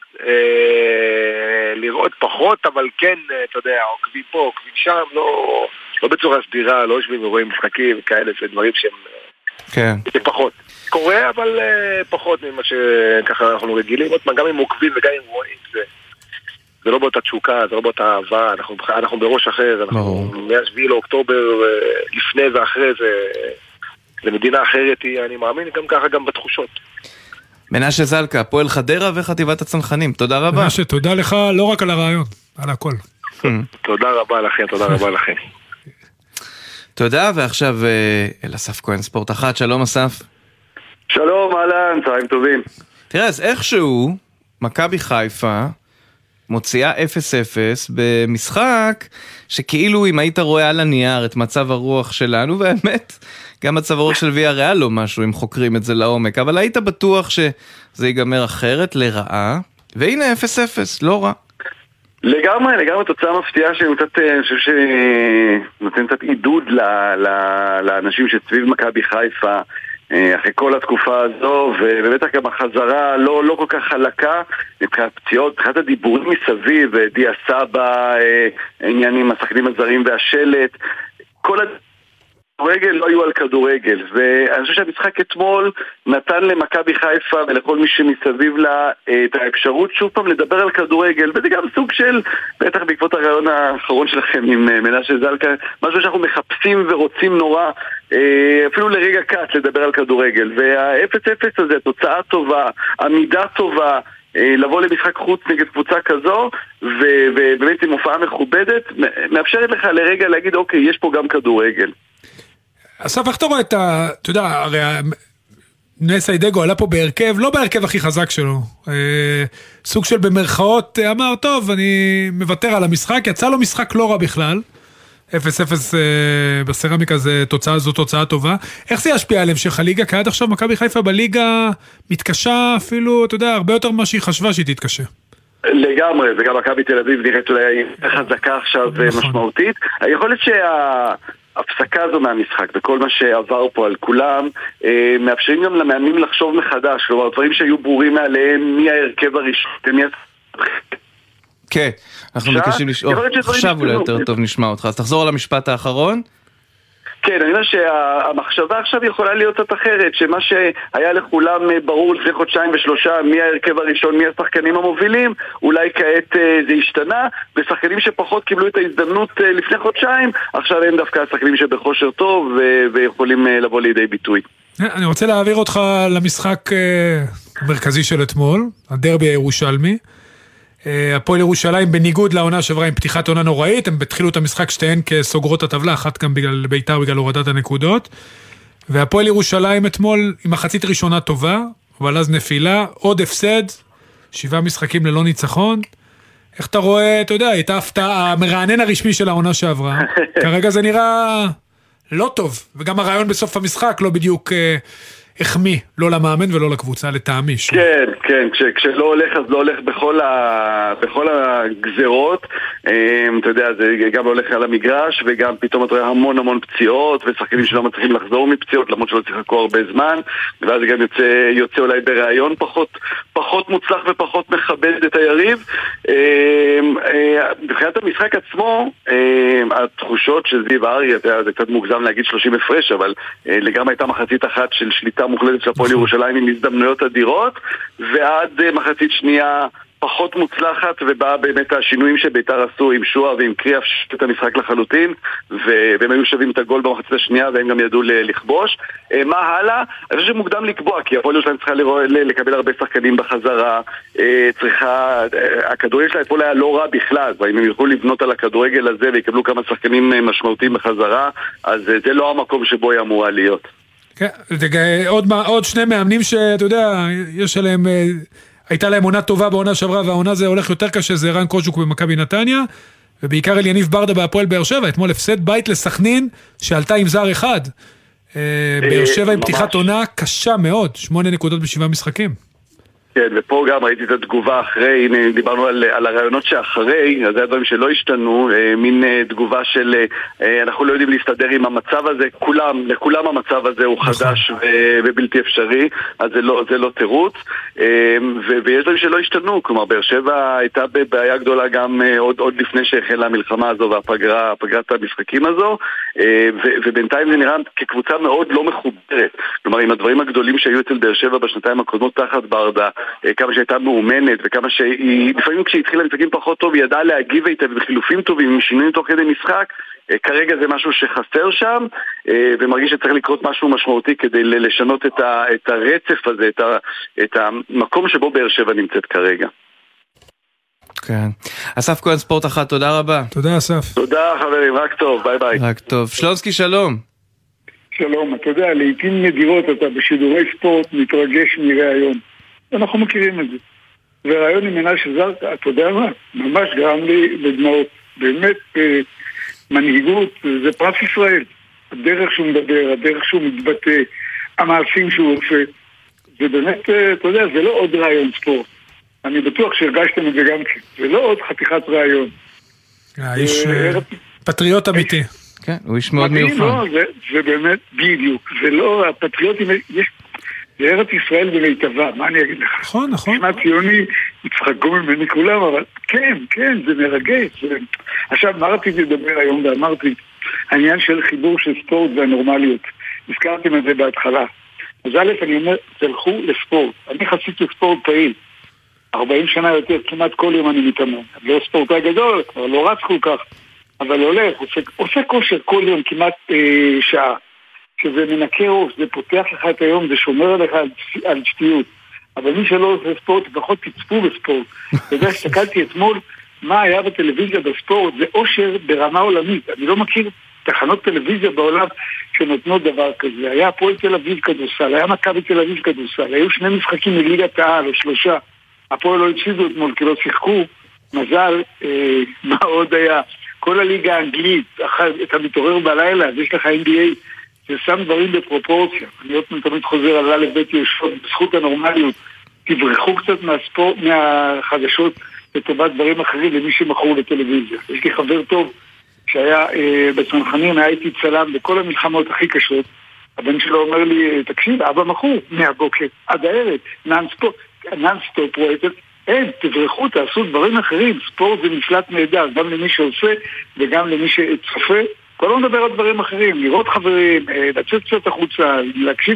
לראות פחות, אבל כן, אתה יודע, עוקבים פה, עוקבים שם, לא בצורה סדירה, לא יושבים ורואים משחקים וכאלה, זה דברים שהם... כן. זה פחות. קורה, אבל פחות ממה שככה אנחנו רגילים. גם אם עוקבים וגם אם רואים, זה... זה לא באותה תשוקה, זה לא באותה אהבה, אנחנו, אנחנו בראש אחר, אנחנו מהשביעי לאוקטובר, לפני ואחרי, זה, זה מדינה אחרת, אני מאמין גם ככה גם בתחושות. מנשה זלקה, פועל חדרה וחטיבת הצנחנים, תודה רבה. מנשה, תודה לך לא רק על הרעיון, על הכל. תודה רבה לכם, תודה רבה לכם. תודה, ועכשיו אל אסף כהן, ספורט אחת, שלום אסף. שלום, אהלן, צהריים טובים. תראה, אז איכשהו, מכבי חיפה, מוציאה אפס אפס במשחק שכאילו אם היית רואה על הנייר את מצב הרוח שלנו, באמת גם מצב הרוח של ויאריאל לא משהו אם חוקרים את זה לעומק, אבל היית בטוח שזה ייגמר אחרת לרעה, והנה אפס אפס, לא רע. לגמרי, לגמרי תוצאה מפתיעה שנותנת, אני חושב שנותנת קצת עידוד לאנשים שסביב מכבי חיפה אחרי כל התקופה הזו, ובטח גם החזרה לא, לא כל כך חלקה מבחינת פציעות, מבחינת הדיבורים מסביב, דיה סבא, עניינים, השחקנים הזרים והשלט, כל הכדורגל לא היו על כדורגל, ואני חושב שהמשחק אתמול נתן למכבי חיפה ולכל מי שמסביב לה את האפשרות שוב פעם לדבר על כדורגל, וזה גם סוג של, בטח בעקבות הרעיון האחרון שלכם עם מנשה זלקה, משהו שאנחנו מחפשים ורוצים נורא, אפילו לרגע קט לדבר על כדורגל, והאפס אפס הזה, תוצאה טובה, עמידה טובה, לבוא למשחק חוץ נגד קבוצה כזו, ובאמת עם הופעה מכובדת, מאפשרת לך לרגע להגיד, אוקיי, יש פה גם כדורגל. אסף, איך אתה רואה את ה... אתה יודע, הרי נס איידגו עלה פה בהרכב, לא בהרכב הכי חזק שלו. אה, סוג של במרכאות אמר, טוב, אני מוותר על המשחק, יצא לו משחק לא רע בכלל. אפס אפס אה, בסרמיקה זה תוצאה, זו תוצאה טובה. איך זה ישפיע על המשך הליגה? כי עד עכשיו מכבי חיפה בליגה מתקשה אפילו, אתה יודע, הרבה יותר ממה שהיא חשבה שהיא תתקשה. לגמרי, וגם מכבי תל אביב נראית אולי חזקה עכשיו משמעותית. היכולת שה... הפסקה הזו מהמשחק, וכל מה שעבר פה על כולם, אה, מאפשרים גם למאמנים לחשוב מחדש, כלומר, דברים שהיו ברורים מעליהם, מי ההרכב הראשון, מי... כן, אנחנו מבקשים לשאול, עכשיו אולי יותר טוב נשמע אותך, אז תחזור על המשפט האחרון. כן, אני אומר שהמחשבה עכשיו יכולה להיות קצת אחרת, שמה שהיה לכולם ברור לפני חודשיים ושלושה, מי ההרכב הראשון, מי השחקנים המובילים, אולי כעת זה השתנה, ושחקנים שפחות קיבלו את ההזדמנות לפני חודשיים, עכשיו הם דווקא השחקנים שבחושר טוב ויכולים לבוא לידי ביטוי. אני רוצה להעביר אותך למשחק המרכזי של אתמול, הדרבי הירושלמי. הפועל ירושלים בניגוד לעונה שעברה עם פתיחת עונה נוראית, הם התחילו את המשחק שתיהן כסוגרות הטבלה, אחת גם בגלל ביתר בגלל הורדת הנקודות, והפועל ירושלים אתמול עם מחצית ראשונה טובה, אבל אז נפילה, עוד הפסד, שבעה משחקים ללא ניצחון. איך אתה רואה, אתה יודע, הייתה הפתעה, המרענן הרשמי של העונה שעברה, כרגע זה נראה לא טוב, וגם הרעיון בסוף המשחק לא בדיוק... החמיא, לא למאמן ולא לקבוצה, לטעמי. כן, כן, כש, כשלא הולך אז לא הולך בכל, ה, בכל הגזרות, אתה יודע, זה גם הולך על המגרש, וגם פתאום אתה רואה המון המון פציעות, ושחקנים שלא מצליחים לחזור מפציעות, למרות שלא צריכו הרבה זמן, ואז זה גם יוצא, יוצא אולי ברעיון פחות, פחות מוצלח ופחות מכבד את היריב. בחיית המשחק עצמו, התחושות של זיו ארי, זה קצת מוגזם להגיד שלושים הפרש, אבל לגמרי הייתה מחצית אחת של שליטה מוחלטת של הפועל ירושלים עם הזדמנויות אדירות, ועד מחצית שנייה פחות מוצלחת, ובאה באמת השינויים שביתר עשו עם שועה ועם קריאף את המשחק לחלוטין, והם היו שווים את הגול במחצית השנייה, והם גם ידעו לכבוש. מה הלאה? אני חושב שמוקדם לקבוע, כי הפועל ירושלים צריכה לקבל הרבה שחקנים בחזרה, צריכה, הכדורגל שלה אתמול היה לא רע בכלל, ואם הם יוכלו לבנות על הכדורגל הזה ויקבלו כמה שחקנים משמעותיים בחזרה, אז זה לא המקום שבו היא אמורה להיות. כן, עוד, עוד שני מאמנים שאתה יודע, יש עליהם, הייתה להם עונה טובה בעונה שעברה, והעונה זה הולך יותר קשה, זה רן קוז'וק במכבי נתניה, ובעיקר אליניב ברדה בהפועל באר שבע, אתמול הפסד בית לסכנין, שעלתה עם זר אחד. באר שבע עם פתיחת עונה קשה מאוד, שמונה נקודות בשבעה משחקים. כן, ופה גם ראיתי את התגובה אחרי, הנה דיברנו על, על הרעיונות שאחרי, אז זה הדברים שלא השתנו, מין תגובה של אנחנו לא יודעים להסתדר עם המצב הזה, כולם, לכולם המצב הזה הוא חדש ו, ובלתי אפשרי, אז זה לא, זה לא תירוץ, ו, ויש דברים שלא השתנו, כלומר באר שבע הייתה בבעיה גדולה גם עוד, עוד לפני שהחלה המלחמה הזו והפגרה, פגרת המשחקים הזו, ו, ובינתיים זה נראה כקבוצה מאוד לא מחוברת, כלומר עם הדברים הגדולים שהיו אצל באר שבע בשנתיים הקודמות תחת ברדה, כמה שהייתה מאומנת וכמה שהיא, לפעמים כשהיא התחילה משחקים פחות טוב, היא ידעה להגיב היטב בחילופים טובים, עם שינויים תוך כדי משחק, כרגע זה משהו שחסר שם, ומרגיש שצריך לקרות משהו משמעותי כדי לשנות את, ה, את הרצף הזה, את, ה, את המקום שבו באר שבע נמצאת כרגע. כן. אסף כהן ספורט אחת, תודה רבה. תודה אסף. תודה חברים, רק טוב, ביי ביי. רק טוב. שלונסקי שלום. שלום, אתה יודע, לעתים נדירות אתה בשידורי ספורט מתרגש מראיון. אנחנו מכירים את זה. והרעיון עם מנשה זלקה, אתה יודע מה? ממש גרם לי לדמעות. באמת, מנהיגות, זה פרס ישראל. הדרך שהוא מדבר, הדרך שהוא מתבטא, המעשים שהוא עושה. זה באמת, אתה יודע, זה לא עוד רעיון ספורט. אני בטוח שהרגשתם את זה גם כן. זה לא עוד חתיכת רעיון. האיש פטריוט אמיתי. כן, הוא איש מאוד מיוחד. לא, זה באמת בדיוק. זה לא, הפטריוטים, יש... זה ארץ ישראל במיטבה, מה אני אגיד לך? נכון, נכון. נשמע ציוני, יצחקו ממני כולם, אבל כן, כן, זה מרגש. זה... עכשיו, מה רציתי לדבר היום ואמרתי, העניין של חיבור של ספורט והנורמליות. הזכרתם את זה בהתחלה. אז א', אני אומר, תלכו לספורט. אני חסיד לספורט פעיל. ארבעים שנה יותר, כמעט כל יום אני מתאמן. לא ספורטאי גדול, כבר לא רץ כל כך, אבל הולך, עושה, עושה כושר כל יום כמעט אה, שעה. שזה מנקה ראש, זה פותח לך את היום, זה שומר עליך על, על שטיות. אבל מי שלא עושה ספורט, לפחות תצפו בספורט. אתה יודע, הסתכלתי אתמול, מה היה בטלוויזיה בספורט, זה אושר ברמה עולמית. אני לא מכיר תחנות טלוויזיה בעולם שנותנות דבר כזה. היה הפועל תל אביב כדורסל, היה מכבי תל אביב כדורסל, היו שני משחקים מליגת העל או שלושה. הפועל לא הפסידו אתמול כי לא שיחקו. מזל, אה, מה עוד היה? כל הליגה האנגלית, אתה מתעורר בלילה, אז יש לך אן בי איי, זה שם דברים בפרופורציה. אני עוד תמיד חוזר על א' ב' יושבות, בזכות הנורמליות, תברחו קצת מהספורט, מהחדשות לטובת דברים אחרים למי שמכור לטלוויזיה. יש לי חבר טוב שהיה אה, בצנחנים, היה איתי צלם בכל המלחמות הכי קשות. הבן שלו אומר לי, תקשיב, אבא מכור מהבוקר עד הערב, נאנסטופ, נאנסטופ פרויקט, אין, תברחו, תעשו דברים אחרים. ספורט זה מפלט נהדר, גם למי שעושה וגם למי שצופה. כבר לא מדבר על דברים אחרים, לראות חברים, לצאת קצת החוצה, להקשיב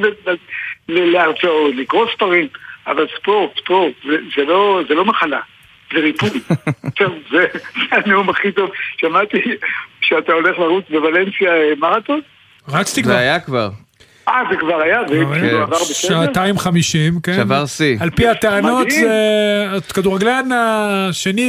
להרצאות, לקרוא ספרים, אבל ספורט, ספורט, זה, זה, לא, זה לא מחלה, זה ריפוי. זה, זה הנאום הכי טוב. שמעתי שאתה הולך לרוץ בוולנסיה מרתון? רצתי כבר. זה היה כבר. אה, זה כבר היה, זה כאילו עבר בסדר? שעתיים חמישים, כן. שבר סי. על פי הטענות, זה כדורגלן השני,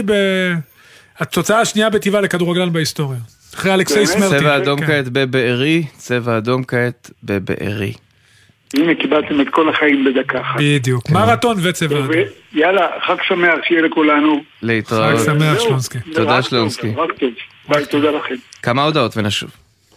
התוצאה השנייה בטבעה לכדורגלן בהיסטוריה. אחרי אלכסייס מרטין. צבע אדום כעת בבארי, צבע אדום כעת בבארי. הנה, קיבלתם את כל החיים בדקה אחת. בדיוק, מרתון וצבע אדום. יאללה, חג שמח, שיהיה לכולנו. להתראות. חג שמח, שלונסקי. תודה, שלונסקי. רק טוב, ביי, תודה לכם. כמה הודעות ונשוב.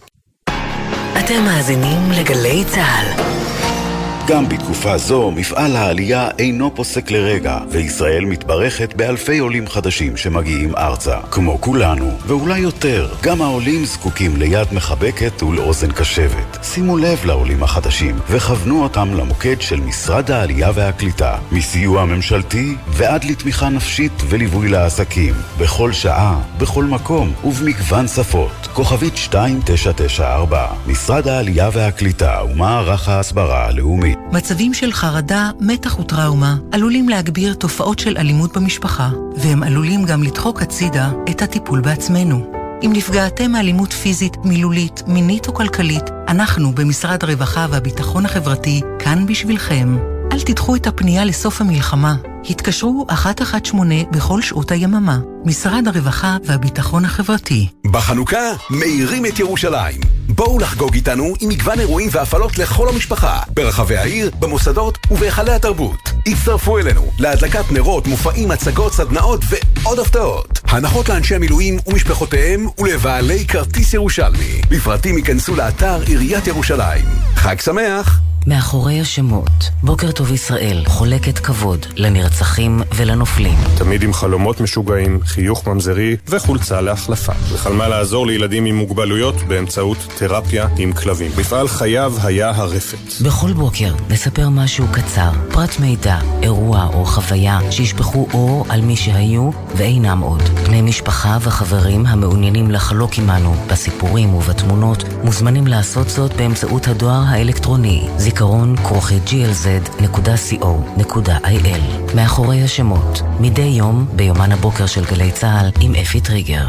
אתם מאזינים לגלי צהל. גם בתקופה זו מפעל העלייה אינו פוסק לרגע, וישראל מתברכת באלפי עולים חדשים שמגיעים ארצה. כמו כולנו, ואולי יותר, גם העולים זקוקים ליד מחבקת ולאוזן קשבת. שימו לב לעולים החדשים, וכוונו אותם למוקד של משרד העלייה והקליטה, מסיוע ממשלתי ועד לתמיכה נפשית וליווי לעסקים, בכל שעה, בכל מקום ובמגוון שפות. כוכבית שתיים תשע תשע ארבע, משרד העלייה והקליטה ומערך ההסברה הלאומי. מצבים של חרדה, מתח וטראומה עלולים להגביר תופעות של אלימות במשפחה, והם עלולים גם לדחוק הצידה את הטיפול בעצמנו. אם נפגעתם מאלימות פיזית, מילולית, מינית או כלכלית, אנחנו במשרד הרווחה והביטחון החברתי כאן בשבילכם. אל תדחו את הפנייה לסוף המלחמה. התקשרו אחת אחת שמונה בכל שעות היממה. משרד הרווחה והביטחון החברתי. בחנוכה מאירים את ירושלים. בואו לחגוג איתנו עם מגוון אירועים והפעלות לכל המשפחה, ברחבי העיר, במוסדות ובהיכלי התרבות. הצטרפו אלינו להדלקת נרות, מופעים, הצגות, סדנאות ועוד הפתעות. הנחות לאנשי המילואים ומשפחותיהם ולבעלי כרטיס ירושלמי. לפרטים ייכנסו לאתר עיריית ירושלים. חג שמח! מאחורי השמות, בוקר טוב ישראל חולקת כבוד לנרצחים ולנופלים. תמיד עם חלומות משוגעים, חיוך ממזרי וחולצה להחלפה. וחלמה לעזור לילדים עם מוגבלויות באמצעות תרפיה עם כלבים. מפעל חייו היה הרפת. בכל בוקר נספר משהו קצר, פרט מידע, אירוע או חוויה שישפכו אור על מי שהיו ואינם עוד. בני משפחה וחברים המעוניינים לחלוק עמנו בסיפורים ובתמונות מוזמנים לעשות זאת באמצעות הדואר האלקטרוני זיכרון כרוכי ג'י אל זד נקודה סי או נקודה איי אל. מאחורי השמות, מדי יום ביומן הבוקר של גלי צהל עם אפי טריגר.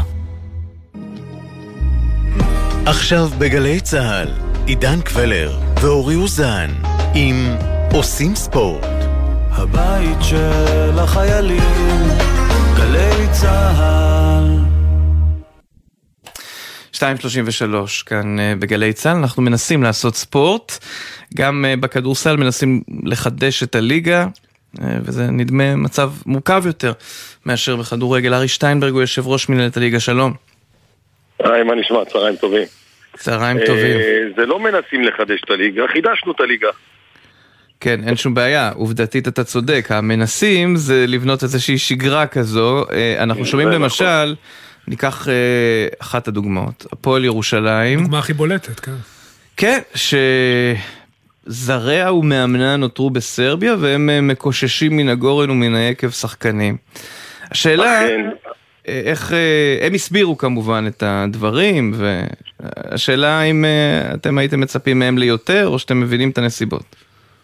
עכשיו בגלי צהל, עידן קבלר ואורי אוזן עם עושים ספורט. הבית של החיילים, גלי צהל. שתיים שלושים ושלוש כאן בגלי צהל, אנחנו מנסים לעשות ספורט, גם בכדורסל מנסים לחדש את הליגה, וזה נדמה מצב מורכב יותר מאשר בכדורגל. ארי שטיינברג הוא יושב ראש מנהלת הליגה, שלום. היי, מה נשמע? צהריים טובים. צהריים טובים. זה לא מנסים לחדש את הליגה, חידשנו את הליגה. כן, אין שום בעיה, עובדתית אתה צודק, המנסים זה לבנות איזושהי שגרה כזו, אנחנו שומעים למשל, ניקח אחת הדוגמאות, הפועל ירושלים. דוגמה הכי בולטת, כן. כן, שזרע ומאמנה נותרו בסרביה, והם מקוששים מן הגורן ומן היקב שחקנים. השאלה, איך, הם הסבירו כמובן את הדברים, והשאלה אם אתם הייתם מצפים מהם ליותר, או שאתם מבינים את הנסיבות.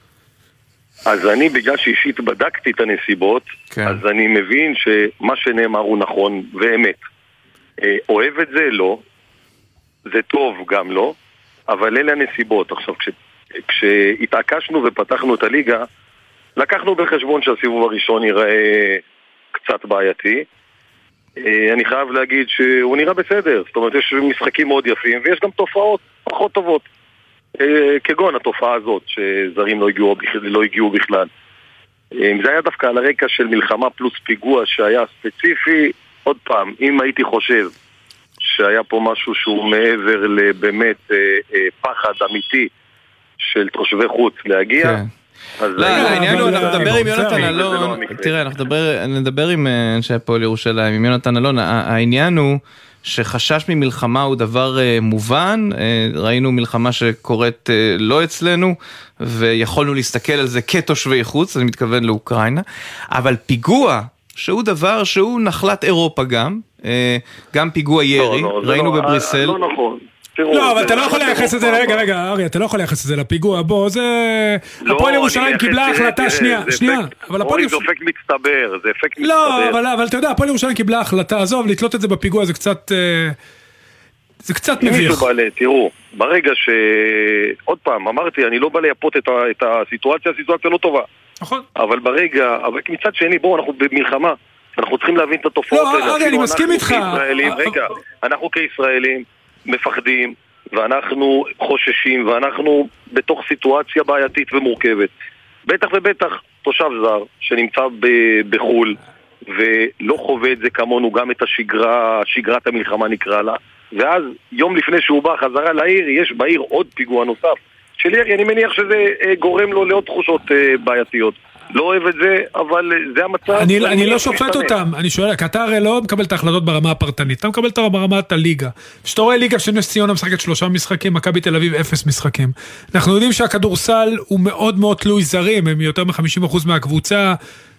אז אני, בגלל שאישית בדקתי את הנסיבות, כן. אז אני מבין שמה שנאמר הוא נכון ואמת. אוהב את זה? לא. זה טוב גם לא, אבל אלה הנסיבות. עכשיו, כש, כשהתעקשנו ופתחנו את הליגה, לקחנו בחשבון שהסיבוב הראשון ייראה קצת בעייתי. אני חייב להגיד שהוא נראה בסדר. זאת אומרת, יש משחקים מאוד יפים, ויש גם תופעות פחות טובות. כגון התופעה הזאת שזרים לא הגיעו, לא הגיעו בכלל. זה היה דווקא על הרקע של מלחמה פלוס פיגוע שהיה ספציפי. עוד פעם, אם הייתי חושב שהיה פה משהו שהוא מעבר לבאמת פחד אמיתי של תושבי חוץ להגיע, לא, העניין הוא, אנחנו נדבר עם יונתן אלון, תראה, אנחנו נדבר עם אנשי הפועל ירושלים, עם יונתן אלון, העניין הוא שחשש ממלחמה הוא דבר מובן, ראינו מלחמה שקורית לא אצלנו, ויכולנו להסתכל על זה כתושבי חוץ, אני מתכוון לאוקראינה, אבל פיגוע, שהוא דבר שהוא נחלת אירופה גם, גם פיגוע ירי, ראינו בבריסל. לא נכון. לא, אבל אתה לא יכול לייחס את זה, רגע, רגע, ארי, אתה לא יכול לייחס את זה לפיגוע, בוא, זה... הפועל ירושלים קיבלה החלטה, שנייה, שנייה, אבל הפועל ירושלים... זה אפקט מצטבר, זה אפקט מצטבר. לא, אבל אתה יודע, הפועל ירושלים קיבלה החלטה, עזוב, לתלות את זה בפיגוע, זה קצת... זה קצת מביך. תראו, ברגע ש... עוד פעם, אמרתי, אני לא בא לייפות את הסיטואציה, הסיטואציה לא טובה. נכון. אבל ברגע, אבל מצד שני, בואו, אנחנו במלחמה, אנחנו צריכים להבין את התופעות. לא, ארי, אני מסכים איתך. רגע, אנחנו כישראלים מפחדים, ואנחנו חוששים, ואנחנו בתוך סיטואציה בעייתית ומורכבת. בטח ובטח תושב זר שנמצא בחול, ולא חווה את זה כמונו, גם את השגרה, שגרת המלחמה נקרא לה, ואז יום לפני שהוא בא חזרה לעיר, יש בעיר עוד פיגוע נוסף של ירי, אני מניח שזה גורם לו לעוד תחושות בעייתיות. לא אוהב את זה, אבל זה המצב. אני, אני לא שופט אותם, אני שואל, כי אתה הרי לא מקבל את ההחלטות ברמה הפרטנית, אתה מקבל את ברמת הליגה. כשאתה רואה ליגה של נס ציונה משחקת שלושה משחקים, מכבי תל אביב אפס משחקים. אנחנו יודעים שהכדורסל הוא מאוד מאוד תלוי זרים, הם יותר מ-חמישים אחוז מהקבוצה,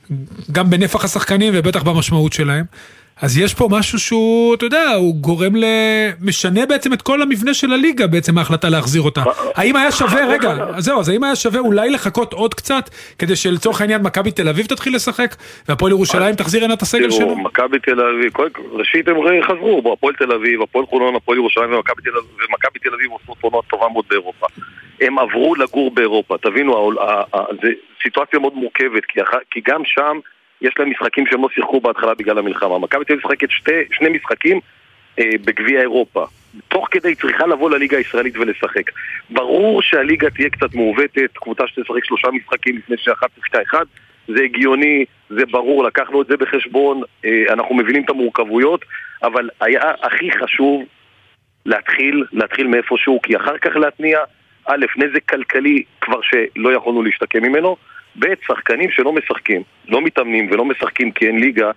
גם בנפח השחקנים ובטח במשמעות שלהם. אז יש פה משהו שהוא, אתה יודע, הוא גורם ל... משנה בעצם את כל המבנה של הליגה, בעצם ההחלטה להחזיר אותה. האם היה שווה, רגע, אז זהו, אז האם היה שווה אולי לחכות עוד קצת, כדי שלצורך העניין מכבי תל אביב תתחיל לשחק, והפועל ירושלים תחזיר עינת הסגל שלו? מכבי תל אביב, ראשית הם חזרו, הפועל תל אביב, הפועל חולון, הפועל ירושלים ומכבי תל אביב עושות עונה טובה מאוד באירופה. הם עברו לגור באירופה, תבינו, זו סיטואציה מאוד מורכבת, כי גם שם יש להם משחקים שהם לא שיחקו בהתחלה בגלל המלחמה. מכבי תל אביב משחקת שתי, שני משחקים אה, בגביע אירופה. תוך כדי צריכה לבוא לליגה הישראלית ולשחק. ברור שהליגה תהיה קצת מעוותת, קבוצה שתשחק שלושה משחקים לפני שאחת שיחקה אחד, זה הגיוני, זה ברור, לקחנו את זה בחשבון, אה, אנחנו מבינים את המורכבויות, אבל היה הכי חשוב להתחיל, להתחיל מאיפשהו, כי אחר כך להתניע, א', נזק כלכלי כבר שלא יכולנו להשתקם ממנו, בית שחקנים שלא משחקים, לא מתאמנים ולא משחקים כי אין ליגה,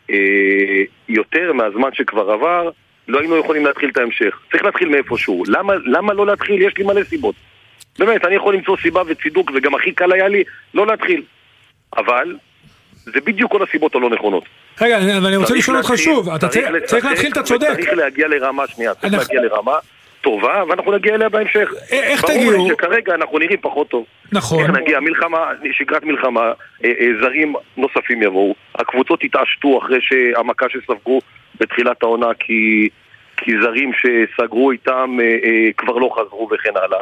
אה, יותר מהזמן שכבר עבר, לא היינו יכולים להתחיל את ההמשך. צריך להתחיל מאיפשהו. למה, למה לא להתחיל? יש לי מלא סיבות. באמת, אני יכול למצוא סיבה וצידוק, וגם הכי קל היה לי לא להתחיל. אבל זה בדיוק כל הסיבות הלא נכונות. רגע, אבל אני רוצה לשאול אותך שוב, אתה צריך להתחיל, אתה צודק. צריך להגיע לרמה, שנייה, צריך להגיע לרמה טובה, ואנחנו נגיע אליה בהמשך. איך תגיעו? ברור שכרגע אנחנו נראים פחות טוב. נכון. איך נגיע? מלחמה, שגרת מלחמה, זרים נוספים יבואו. הקבוצות התעשתו אחרי שהמכה שספגו בתחילת העונה, כי, כי זרים שסגרו איתם כבר לא חזרו וכן הלאה.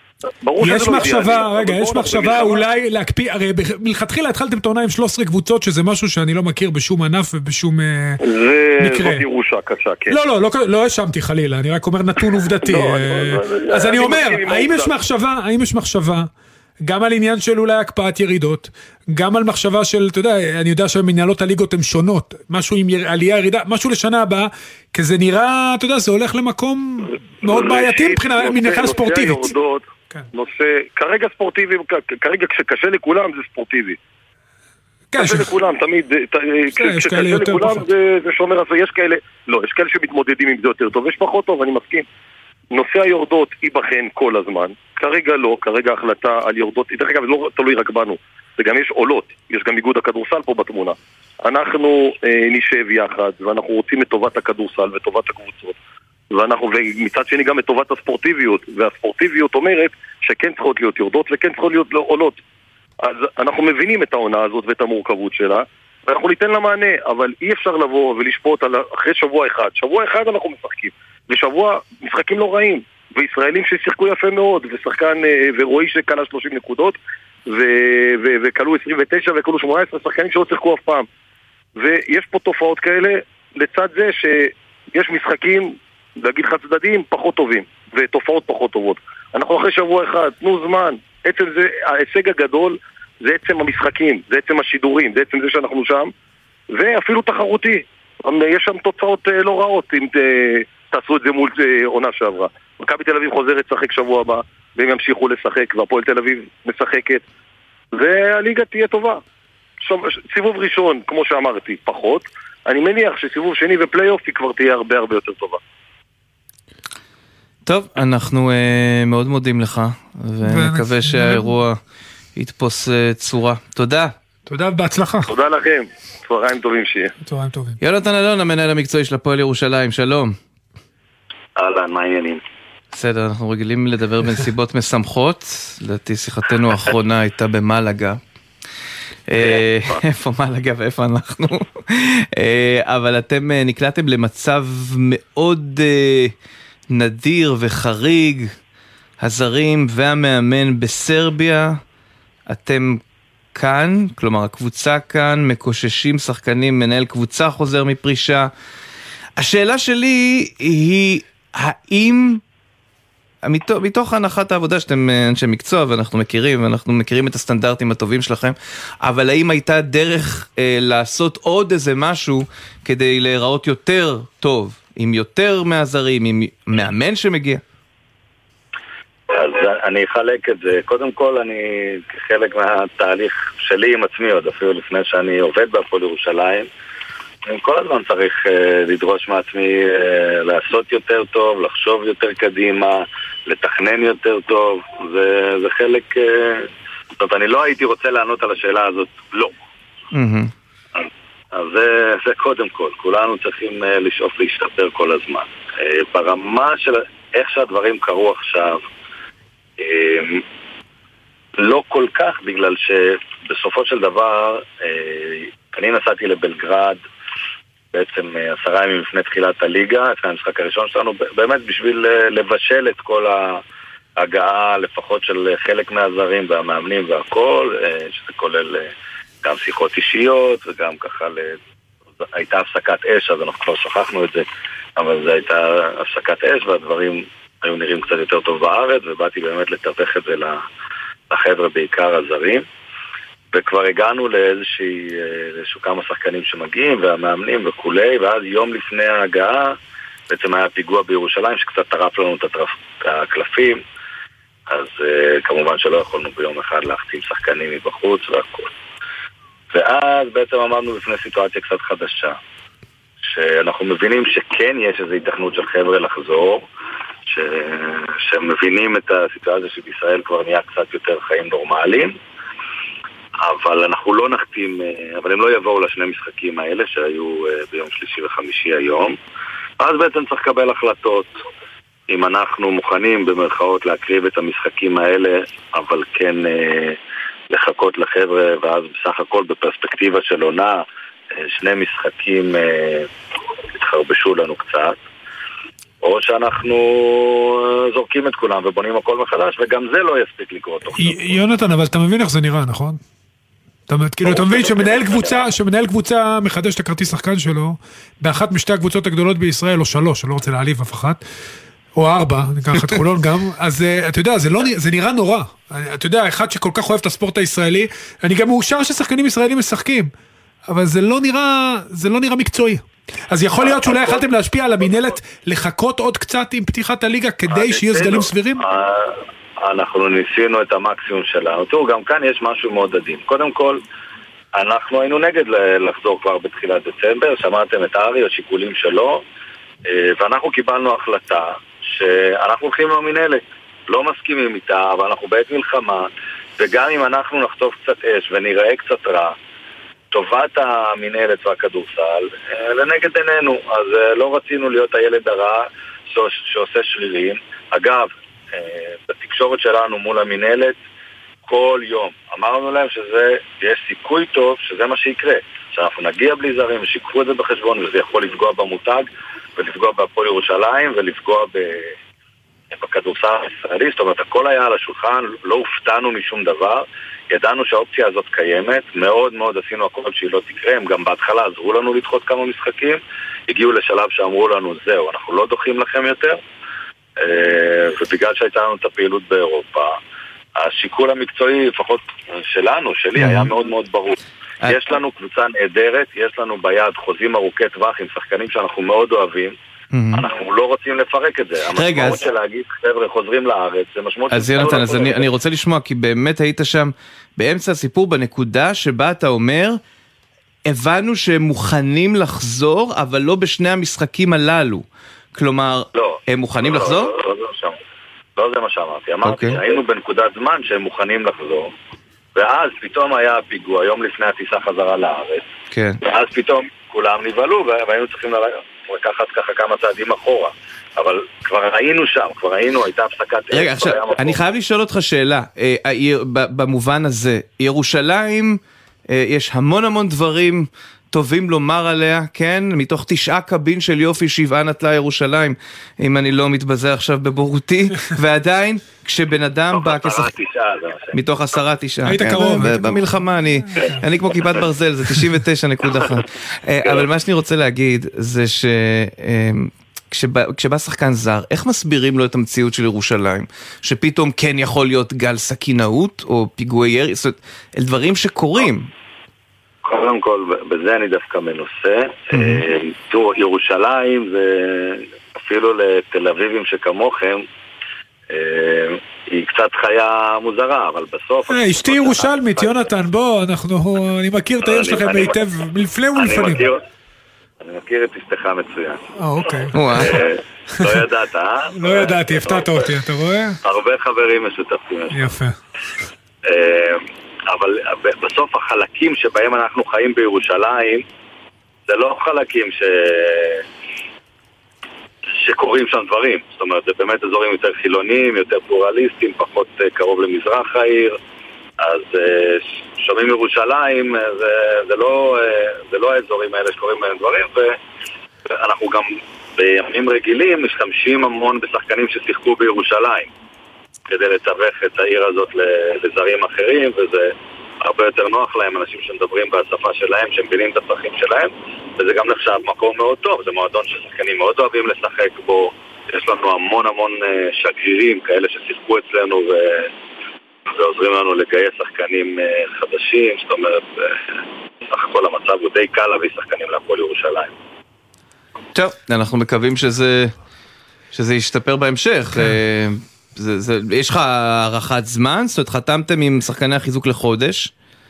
יש מחשבה, רגע, יש מחשבה אולי להקפיא, הרי מלכתחילה התחלתם את העונה עם שלוש עשרה קבוצות, שזה משהו שאני לא מכיר בשום ענף ובשום מקרה. זאת ירושה קשה, כן. לא, לא, לא האשמתי חלילה, אני רק אומר נתון עובדתי. אז אני אומר, האם יש מחשבה, האם יש מחשבה, גם על עניין של אולי הקפאת ירידות, גם על מחשבה של, אתה יודע, אני יודע שמנהלות הליגות הן שונות, משהו עם עלייה ירידה, משהו לשנה הבאה, כי זה נראה, אתה יודע, זה הולך למקום מאוד בעייתי מבחינה ספורטיבית. נושא, כרגע ספורטיבי, כרגע כשקשה לכולם זה ספורטיבי. קשה לכולם, תמיד, כשקשה לכולם זה שומר, יש כאלה, לא, יש כאלה שמתמודדים עם זה יותר טוב, יש פחות טוב, אני מסכים. נושא היורדות ייבחן כל הזמן, כרגע לא, כרגע החלטה על יורדות, דרך אגב, לא תלוי רק בנו, וגם יש עולות, יש גם איגוד הכדורסל פה בתמונה. אנחנו אה, נשב יחד, ואנחנו רוצים את טובת הכדורסל וטובת הקבוצות, ואנחנו, ומצד שני גם את טובת הספורטיביות, והספורטיביות אומרת שכן צריכות להיות יורדות וכן צריכות להיות עולות. אז אנחנו מבינים את העונה הזאת ואת המורכבות שלה, ואנחנו ניתן לה מענה, אבל אי אפשר לבוא ולשפוט על אחרי שבוע אחד. שבוע אחד אנחנו משחקים, ושבוע משחקים לא רעים, וישראלים ששיחקו יפה מאוד, ושחקן, ורואי שקלה שלושים נקודות, וקלו עשרים ותשע וקלו שמונה עשרה, שחקנים שלא שיחקו אף פעם. ויש פה תופעות כאלה, לצד זה שיש משחקים, להגיד חד צדדים, פחות טובים, ותופעות פחות טובות. אנחנו אחרי שבוע אחד, תנו זמן, עצם זה, ההישג הגדול זה עצם המשחקים, זה עצם השידורים, זה עצם זה שאנחנו שם, ואפילו תחרותי. יש שם תוצאות לא רעות אם תעשו את זה מול עונה שעברה. מכבי תל אביב חוזרת לשחק שבוע הבא, והם ימשיכו לשחק, והפועל תל אביב משחקת, והליגה תהיה טובה. סיבוב ראשון, כמו שאמרתי, פחות. אני מניח שסיבוב שני ופלייאוף היא כבר תהיה הרבה הרבה יותר טובה. טוב, אנחנו uh, מאוד מודים לך, ונקווה שהאירוע יתפוס uh, צורה. תודה. תודה, בהצלחה. תודה לכם. צהריים טובים שיהיה. צהריים טובים. יונתן אלון, המנהל המקצועי של הפועל ירושלים, שלום. אהלן, מה העניינים? בסדר, אנחנו רגילים לדבר בנסיבות משמחות. לדעתי שיחתנו האחרונה הייתה במלגה. איפה מלגה ואיפה אנחנו. אבל אתם נקלעתם למצב מאוד נדיר וחריג. הזרים והמאמן בסרביה, אתם כאן, כלומר הקבוצה כאן, מקוששים שחקנים, מנהל קבוצה חוזר מפרישה. השאלה שלי היא, האם, מתוך, מתוך הנחת העבודה שאתם אנשי מקצוע ואנחנו מכירים, ואנחנו מכירים את הסטנדרטים הטובים שלכם, אבל האם הייתה דרך אה, לעשות עוד איזה משהו כדי להיראות יותר טוב, עם יותר מהזרים, עם מאמן שמגיע? אז אני אחלק את זה. קודם כל, אני כחלק מהתהליך שלי עם עצמי, עוד אפילו לפני שאני עובד בהפועל ירושלים, אני כל הזמן צריך uh, לדרוש מעצמי uh, לעשות יותר טוב, לחשוב יותר קדימה, לתכנן יותר טוב. זה, זה חלק... Uh, זאת אומרת, אני לא הייתי רוצה לענות על השאלה הזאת, לא. Mm-hmm. אז, אז זה, זה קודם כל. כולנו צריכים uh, לשאוף להשתפר כל הזמן. Uh, ברמה של איך שהדברים קרו עכשיו, uh, לא כל כך, בגלל שבסופו של דבר, uh, אני נסעתי לבלגרד, בעצם עשרה ימים לפני תחילת הליגה, לפני המשחק הראשון שלנו, באמת בשביל לבשל את כל ההגעה, לפחות של חלק מהזרים והמאמנים והכל, שזה כולל גם שיחות אישיות, וגם ככה הייתה הפסקת אש, אז אנחנו כבר שכחנו את זה, אבל זו הייתה הפסקת אש, והדברים היו נראים קצת יותר טוב בארץ, ובאתי באמת לתווך את זה לחבר'ה, בעיקר הזרים. וכבר הגענו לאיזשהו כמה שחקנים שמגיעים והמאמנים וכולי, ואז יום לפני ההגעה בעצם היה פיגוע בירושלים שקצת טרף לנו את הקלפים, אז כמובן שלא יכולנו ביום אחד להחתים שחקנים מבחוץ והכל. ואז בעצם עמדנו בפני סיטואציה קצת חדשה, שאנחנו מבינים שכן יש איזו התכנות של חבר'ה לחזור, ש... שמבינים את הסיטואציה שבישראל כבר נהיה קצת יותר חיים נורמליים, אבל אנחנו לא נחתים, אבל הם לא יבואו לשני משחקים האלה שהיו ביום שלישי וחמישי היום. אז בעצם צריך לקבל החלטות אם אנחנו מוכנים במרכאות להקריב את המשחקים האלה, אבל כן לחכות לחבר'ה, ואז בסך הכל בפרספקטיבה של עונה שני משחקים התחרבשו לנו קצת, או שאנחנו זורקים את כולם ובונים הכל מחדש, וגם זה לא יספיק לקרות. יונתן, אבל אתה מבין איך זה נראה, נכון? כאילו, אתה מבין שמנהל קבוצה, שמנהל קבוצה מחדש את הכרטיס שחקן שלו, באחת משתי הקבוצות הגדולות בישראל, או שלוש, אני לא רוצה להעליב אף אחת, או ארבע, ניקח את חולון גם, אז אתה יודע, זה, לא, זה נראה נורא. אתה יודע, אחד שכל כך אוהב את הספורט הישראלי, אני גם מאושר ששחקנים ישראלים משחקים, אבל זה לא נראה, זה לא נראה מקצועי. אז יכול להיות שאולי יכלתם להשפיע על המנהלת לחכות עוד קצת עם פתיחת הליגה, כדי שיהיו סגלים סבירים? אנחנו ניסינו את המקסימום שלנו. תראו, גם כאן יש משהו מאוד עדין. קודם כל, אנחנו היינו נגד לחזור כבר בתחילת דצמבר, שמעתם את ארי, השיקולים שלו, ואנחנו קיבלנו החלטה שאנחנו הולכים למנהלת, לא מסכימים איתה, אבל אנחנו בעת מלחמה, וגם אם אנחנו נחטוף קצת אש ונראה קצת רע, טובת המנהלת והכדורסל לנגד עינינו. אז לא רצינו להיות הילד הרע שעושה שרירים. אגב, בתקשורת שלנו מול המנהלת, כל יום אמרנו להם שזה, יש סיכוי טוב שזה מה שיקרה, שאנחנו נגיע בלי זרים ושיקחו את זה בחשבון, וזה יכול לפגוע במותג ולפגוע בהפועל ירושלים ולפגוע ב... בכדורסל הישראלי. זאת אומרת, הכל היה על השולחן, לא הופתענו משום דבר, ידענו שהאופציה הזאת קיימת, מאוד מאוד עשינו הכל שהיא לא תקרה. הם גם בהתחלה עזרו לנו לדחות כמה משחקים, הגיעו לשלב שאמרו לנו זהו, אנחנו לא דוחים לכם יותר, ובגלל שהייתה לנו את הפעילות באירופה, השיקול המקצועי, לפחות שלנו, שלי, היה מאוד מאוד ברור. יש לנו קבוצה נהדרת, יש לנו ביד חוזים ארוכי טווח עם שחקנים שאנחנו מאוד אוהבים, אנחנו לא רוצים לפרק את זה. המשמעות של להגיד, חבר'ה, חוזרים לארץ, זה משמעות... אז יונתן, אז אני רוצה לשמוע, כי באמת היית שם באמצע הסיפור, בנקודה שבה אתה אומר, הבנו שהם מוכנים לחזור, אבל לא בשני המשחקים הללו. כלומר, הם מוכנים לחזור? לא, לא, לא, לא זה מה שאמרתי. אמרתי שהיינו בנקודת זמן שהם מוכנים לחזור, ואז פתאום היה הפיגוע, יום לפני הטיסה חזרה לארץ, ואז פתאום כולם נבהלו, והיינו צריכים לקחת ככה כמה צעדים אחורה. אבל כבר ראינו שם, כבר ראינו, הייתה הפסקת... רגע, עכשיו, אני חייב לשאול אותך שאלה, במובן הזה, ירושלים, יש המון המון דברים טובים לומר עליה, כן? מתוך תשעה קבין של יופי, שבעה נטלה ירושלים, אם אני לא מתבזה עכשיו בבורותי, ועדיין, כשבן אדם בא כשחק... מתוך עשרה תשעה. היית קרוב. במלחמה, אני כמו כיפת ברזל, זה תשעים ותשע נקודה אחת. אבל מה שאני רוצה להגיד, זה ש... כשבא, כשבא שחקן זר, איך מסבירים לו את המציאות של ירושלים? שפתאום כן יכול להיות גל סכינאות, או פיגועי ירי, זאת אומרת, אל דברים שקורים. קודם כל, בזה אני דווקא מנוסה. תראו, ירושלים, אפילו לתל אביבים שכמוכם, היא קצת חיה מוזרה, אבל בסוף... אשתי ירושלמית, יונתן, בוא, אני מכיר את העיר שלכם היטב, לפני ולפנים. אני מכיר את אשתך מצוין. אה, אוקיי. לא ידעת, אה? לא ידעתי, הפתעת אותי, אתה רואה? הרבה חברים משותפים. יפה. אבל בסוף החלקים שבהם אנחנו חיים בירושלים, זה לא חלקים ש... שקורים שם דברים. זאת אומרת, זה באמת אזורים יותר חילוניים, יותר פלורליסטיים, פחות קרוב למזרח העיר. אז שומעים ירושלים, זה, זה, לא, זה לא האזורים האלה שקוראים בהם דברים, ואנחנו גם בימים רגילים משתמשים המון בשחקנים ששיחקו בירושלים, כדי לתווך את העיר הזאת לזרים אחרים, וזה הרבה יותר נוח להם, אנשים שמדברים בשפה שלהם, שמבינים את הצרכים שלהם, וזה גם נחשב מקום מאוד טוב, זה מועדון ששחקנים מאוד אוהבים לשחק בו, יש לנו המון המון שגרירים כאלה ששיחקו אצלנו ו... ועוזרים לנו לגייס שחקנים חדשים, זאת אומרת, סך הכל המצב הוא די קל להביא שחקנים להפועל ירושלים. טוב, אנחנו מקווים שזה, שזה ישתפר בהמשך. זה, זה, יש לך הערכת זמן? זאת אומרת, חתמתם עם שחקני החיזוק לחודש?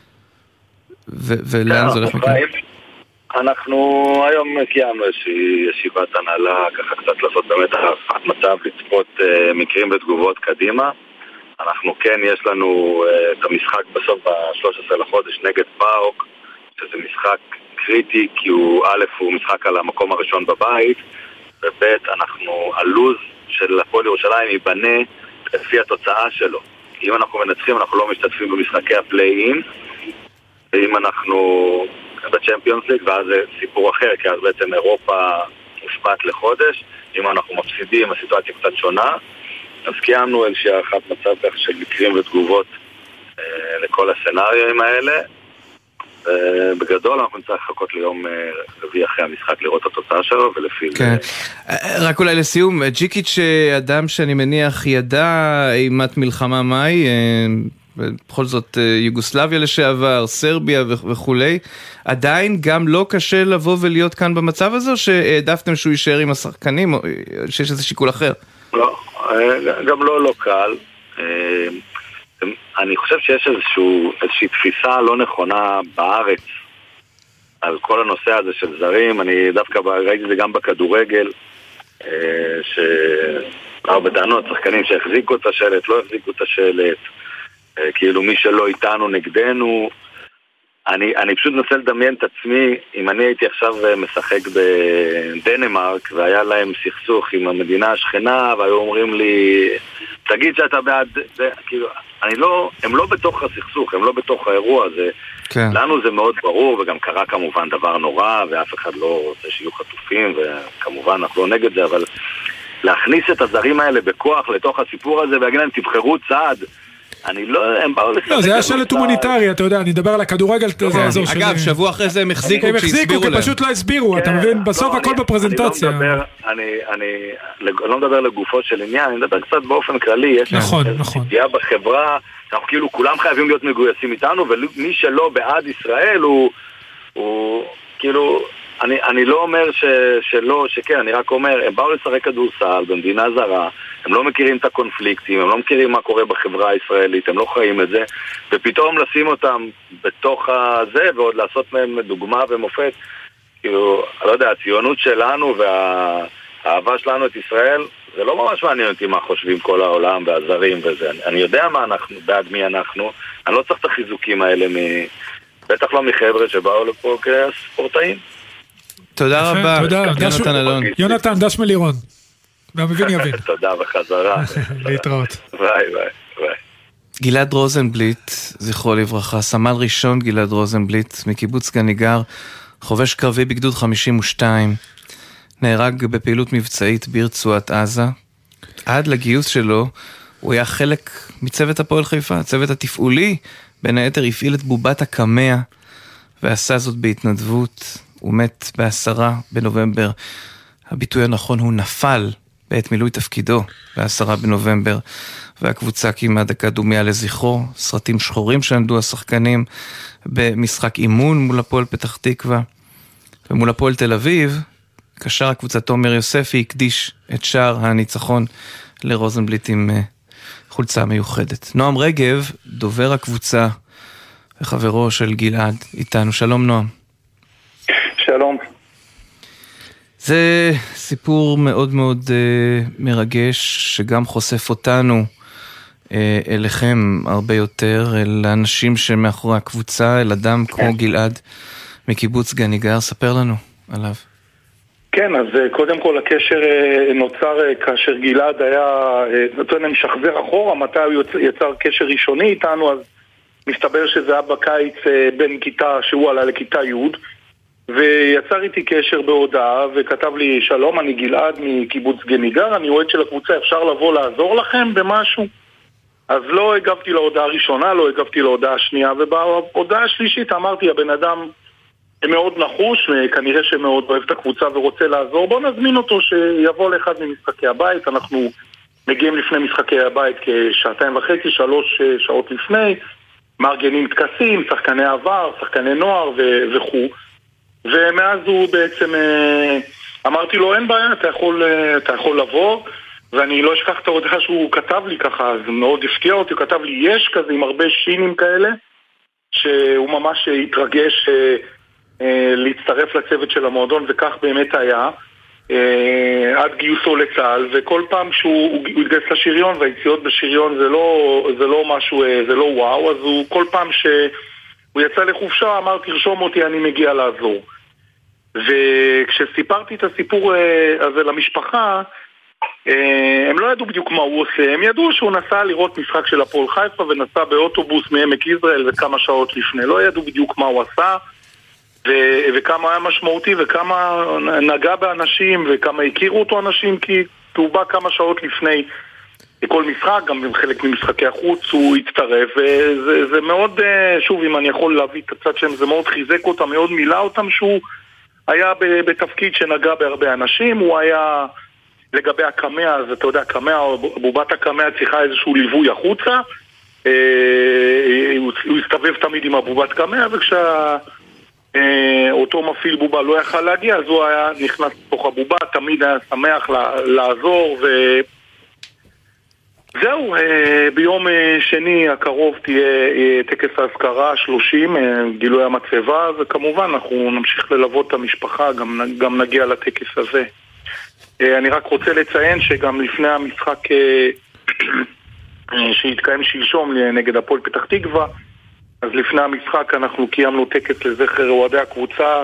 ו, ולאן זה הולך מכאן? אנחנו היום קיימנו איזושהי ישיבת הנהלה, ככה קצת לעשות באמת הערכת מצב, לצפות מקרים ותגובות קדימה. אנחנו כן, יש לנו uh, את המשחק בסוף ב-שלושה עשר לחודש נגד פאוק, שזה משחק קריטי, כי הוא א', הוא משחק על המקום הראשון בבית, וב', אנחנו, הלוז של הפועל ירושלים ייבנה לפי התוצאה שלו. אם אנחנו מנצחים, אנחנו לא משתתפים במשחקי הפליי-אין, ואם אנחנו בצ'מפיונס ליג, ואז זה סיפור אחר, כי אז בעצם אירופה מושפעת לחודש. אם אנחנו מפסידים, הסיטואציה קצת שונה. אז קיימנו איזושהי הערכת מצב כך של מקרים ותגובות אה, לכל הסצנריונים האלה. אה, בגדול אנחנו נצטרך לחכות ליום אה, רביעי אחרי המשחק לראות את התוצאה שלו, ולפי כן. זה... רק אולי לסיום, ג'יקיץ' אדם שאני מניח ידע אימת מלחמה מהי, אה, בכל זאת אה, יוגוסלביה לשעבר, סרביה ו- וכולי, עדיין גם לא קשה לבוא ולהיות כאן במצב הזה, או שהעדפתם שהוא יישאר עם השחקנים, או שיש איזה שיקול אחר? לא. גם לא לא קל, אני חושב שיש איזשהו, איזושהי תפיסה לא נכונה בארץ על כל הנושא הזה של זרים. אני דווקא ראיתי זה גם בכדורגל, שהרבה טענות, שחקנים שהחזיקו את השלט, לא החזיקו את השלט, כאילו מי שלא איתנו נגדנו. אני, אני פשוט מנסה לדמיין את עצמי, אם אני הייתי עכשיו משחק בדנמרק והיה להם סכסוך עם המדינה השכנה והיו אומרים לי, תגיד שאתה בעד זה, כאילו, אני לא, הם לא בתוך הסכסוך, הם לא בתוך האירוע הזה. כן. לנו זה מאוד ברור, וגם קרה כמובן דבר נורא, ואף אחד לא רוצה שיהיו חטופים, וכמובן אנחנו לא נגד זה, אבל להכניס את הזרים האלה בכוח לתוך הסיפור הזה, ולהגיד להם תבחרו צעד, אני לא, הם באו לספק... לא, זה היה שלט הומניטרי, אתה יודע, אני אדבר על הכדורגל, זה האזור שלי. אגב, שבוע אחרי זה הם החזיקו כשהסבירו להם. כי פשוט לא הסבירו, אתה מבין? בסוף הכל בפרזנטציה. אני לא מדבר לגופו של עניין, אני מדבר קצת באופן כללי, יש פגיעה בחברה, אנחנו כאילו כולם חייבים להיות מגויסים איתנו, ומי שלא בעד ישראל הוא כאילו... אני, אני לא אומר ש, שלא, שכן, אני רק אומר, הם באו לשחק כדורסל במדינה זרה, הם לא מכירים את הקונפליקטים, הם לא מכירים מה קורה בחברה הישראלית, הם לא חיים את זה, ופתאום לשים אותם בתוך הזה, ועוד לעשות מהם דוגמה ומופת, כאילו, אני לא יודע, הציונות שלנו והאהבה שלנו את ישראל, זה לא ממש מעניין אותי מה חושבים כל העולם והזרים וזה, אני, אני יודע מה אנחנו, בעד מי אנחנו, אני לא צריך את החיזוקים האלה, מ, בטח לא מחבר'ה שבאו לפה כספורטאים. תודה רבה, יונתן אלון. יונתן, דש מלירון. והמבין יבין. תודה בחזרה. להתראות. ביי ביי ביי. גלעד רוזנבליט, זכרו לברכה, סמל ראשון גלעד רוזנבליט, מקיבוץ גניגר, חובש קרבי בגדוד חמישים ושתיים, נהרג בפעילות מבצעית ברצועת עזה. עד לגיוס שלו, הוא היה חלק מצוות הפועל חיפה, הצוות התפעולי, בין היתר הפעיל את בובת הקמע, ועשה זאת בהתנדבות. הוא מת בעשרה בנובמבר, הביטוי הנכון הוא נפל בעת מילוי תפקידו בעשרה בנובמבר, והקבוצה קיימה דקה דומיה לזכרו, סרטים שחורים שעמדו השחקנים במשחק אימון מול הפועל פתח תקווה, ומול הפועל תל אביב, קשר הקבוצה תומר יוספי הקדיש את שער הניצחון לרוזנבליט עם חולצה מיוחדת. נועם רגב, דובר הקבוצה וחברו של גלעד, איתנו. שלום נועם. שלום. זה סיפור מאוד מאוד uh, מרגש, שגם חושף אותנו uh, אליכם הרבה יותר, אל האנשים שמאחורי הקבוצה, אל אדם כמו גלעד מקיבוץ גניגר. ספר לנו עליו. כן, אז uh, קודם כל הקשר uh, נוצר uh, כאשר גלעד היה, נותן להם שחזר אחורה, מתי הוא יצר קשר ראשוני איתנו, אז מסתבר שזה היה בקיץ uh, בין כיתה, שהוא עלה לכיתה י', ויצר איתי קשר בהודעה וכתב לי, שלום, אני גלעד מקיבוץ גניגר, אני אוהד של הקבוצה, אפשר לבוא לעזור לכם במשהו? אז לא הגבתי להודעה הראשונה, לא הגבתי להודעה השנייה, ובהודעה השלישית אמרתי, הבן אדם מאוד נחוש, וכנראה שמאוד אוהב את הקבוצה ורוצה לעזור, בוא נזמין אותו שיבוא לאחד ממשחקי הבית. אנחנו מגיעים לפני משחקי הבית כשעתיים וחצי, שלוש שעות לפני, מארגנים טקסים, שחקני עבר, שחקני נוער וכו'. ומאז הוא בעצם, אמרתי לו, אין בעיה, אתה יכול, אתה יכול לבוא, ואני לא אשכח את ההודעה שהוא כתב לי ככה, אז מאוד הפתיע אותי, הוא כתב לי, יש כזה עם הרבה שינים כאלה, שהוא ממש התרגש להצטרף לצוות של המועדון, וכך באמת היה, עד גיוסו לצה"ל, וכל פעם שהוא התגייס לשריון, והיציאות בשריון זה לא, זה לא משהו, זה לא וואו, אז הוא כל פעם ש... הוא יצא לחופשה, אמר, תרשום אותי, אני מגיע לעזור. וכשסיפרתי את הסיפור הזה למשפחה, הם לא ידעו בדיוק מה הוא עושה, הם ידעו שהוא נסע לראות משחק של הפועל חיפה, ונסע באוטובוס מעמק יזרעאל וכמה שעות לפני. לא ידעו בדיוק מה הוא עשה, ו- וכמה היה משמעותי, וכמה נגע באנשים, וכמה הכירו אותו אנשים, כי הוא בא כמה שעות לפני כל משחק, גם חלק ממשחקי החוץ הוא הצטרף, וזה זה מאוד, שוב, אם אני יכול להביא את הצד שהם, זה מאוד חיזק אותם, מאוד מילא אותם, שהוא היה בתפקיד שנגע בהרבה אנשים. הוא היה לגבי הקמע, אז אתה יודע, קמע, בובת הקמע צריכה איזשהו ליווי החוצה, הוא הסתובב תמיד עם הבובת קמע, וכשאותו מפעיל בובה לא יכל להגיע, אז הוא היה נכנס לתוך הבובה, תמיד היה שמח לעזור, ו... זהו, ביום שני הקרוב תהיה טקס ההזכרה שלושים, גילוי המצבה, וכמובן אנחנו נמשיך ללוות את המשפחה, גם, גם נגיע לטקס הזה. אני רק רוצה לציין שגם לפני המשחק שהתקיים שלשום נגד הפועל פתח תקווה, אז לפני המשחק אנחנו קיימנו טקס לזכר אוהדי הקבוצה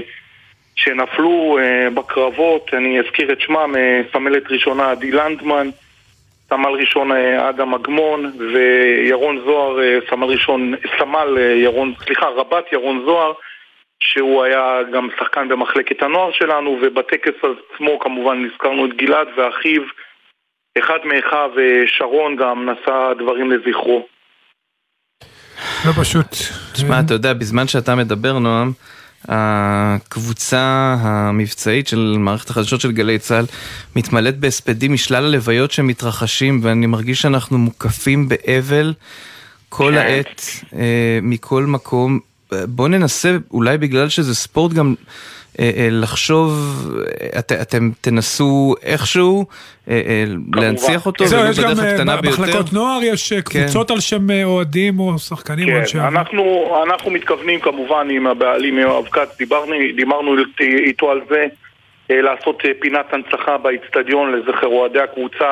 שנפלו בקרבות. אני אזכיר את שמם, סמלת ראשונה עדי לנדמן, סמל ראשון אדם אגמון, וירון זוהר, סמל ראשון, סמל ירון, סליחה, רבת ירון זוהר, שהוא היה גם שחקן במחלקת הנוער שלנו, ובטקס עצמו כמובן נזכרנו את גלעד ואחיו, אחד מאחיו שרון גם נשא דברים לזכרו. לא פשוט. תשמע, אתה יודע, בזמן שאתה מדבר, נועם, הקבוצה המבצעית של מערכת החדשות של גלי צהל מתמלאת בהספדים משלל הלוויות שמתרחשים, ואני מרגיש שאנחנו מוקפים באבל כל העת מכל מקום. בוא ננסה, אולי בגלל שזה ספורט, גם לחשוב, את, אתם תנסו איכשהו להנציח אותו, זהו, יש גם במחלקות נוער, יש קבוצות על שם אוהדים או שחקנים. כן, אנחנו, אנחנו מתכוונים כמובן עם הבעלים אבקת, דיברנו איתו על זה, לעשות פינת הנצחה באצטדיון לזכר אוהדי הקבוצה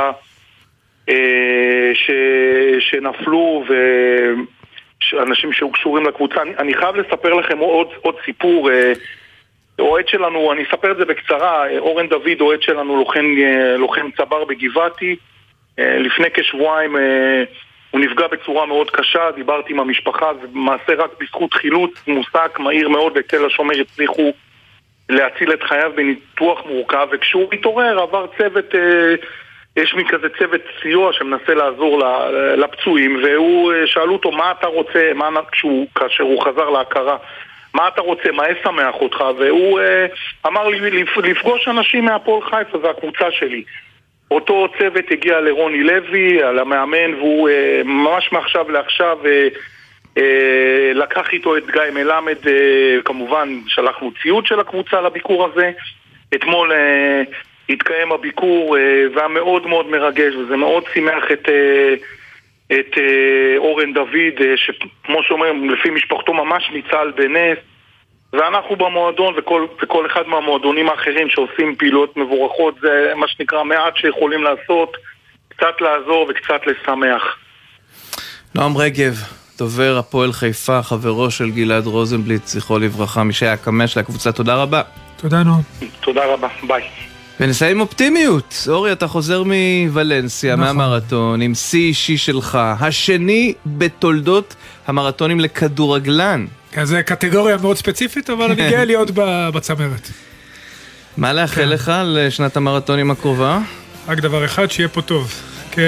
ש, שנפלו ואנשים שקשורים לקבוצה. אני, אני חייב לספר לכם עוד, עוד סיפור. אוהד שלנו, אני אספר את זה בקצרה, אורן דוד, אוהד שלנו, לוחם, לוחם צבר בגבעתי. לפני כשבועיים הוא נפגע בצורה מאוד קשה, דיברתי עם המשפחה, זה מעשה רק בזכות חילוץ מוסק מהיר מאוד לתל השומר, הצליחו להציל את חייו בניתוח מורכב, וכשהוא התעורר עבר צוות, יש מי כזה צוות סיוע שמנסה לעזור לפצועים, והוא שאלו אותו מה אתה רוצה, מה, כשהוא, כאשר הוא חזר להכרה, מה אתה רוצה, מה ישמח אותך? והוא אה, אמר לי לפגוש אנשים מהפועל חיפה, זה הקבוצה שלי. אותו צוות הגיע לרוני לוי, על המאמן, והוא אה, ממש מעכשיו לעכשיו אה, אה, לקח איתו את גיא מלמד, אה, כמובן שלחנו ציוד של הקבוצה לביקור הזה. אתמול אה, התקיים הביקור, אה, והיה מאוד מאוד מרגש, וזה מאוד שימח את... אה, את אה, אורן דוד, אה, שכמו שאומרים, לפי משפחתו ממש ניצל בנס, ואנחנו במועדון וכל, וכל אחד מהמועדונים האחרים שעושים פעילות מבורכות, זה מה שנקרא מעט שיכולים לעשות, קצת לעזור וקצת לשמח. נועם רגב, דובר הפועל חיפה, חברו של גלעד רוזנבליט, זכרו לברכה, מי שהיה קמע של הקבוצה, תודה רבה. תודה נועם. תודה רבה, ביי. ונסיים אופטימיות. אורי, אתה חוזר מוולנסיה, נכון. מהמרתון, עם שיא אישי שלך, השני בתולדות המרתונים לכדורגלן. כן, זה קטגוריה מאוד ספציפית, אבל אני גאה להיות בצמרת. מה לאחל כן. לך לשנת המרתונים הקרובה? רק דבר אחד, שיהיה פה טוב. כי...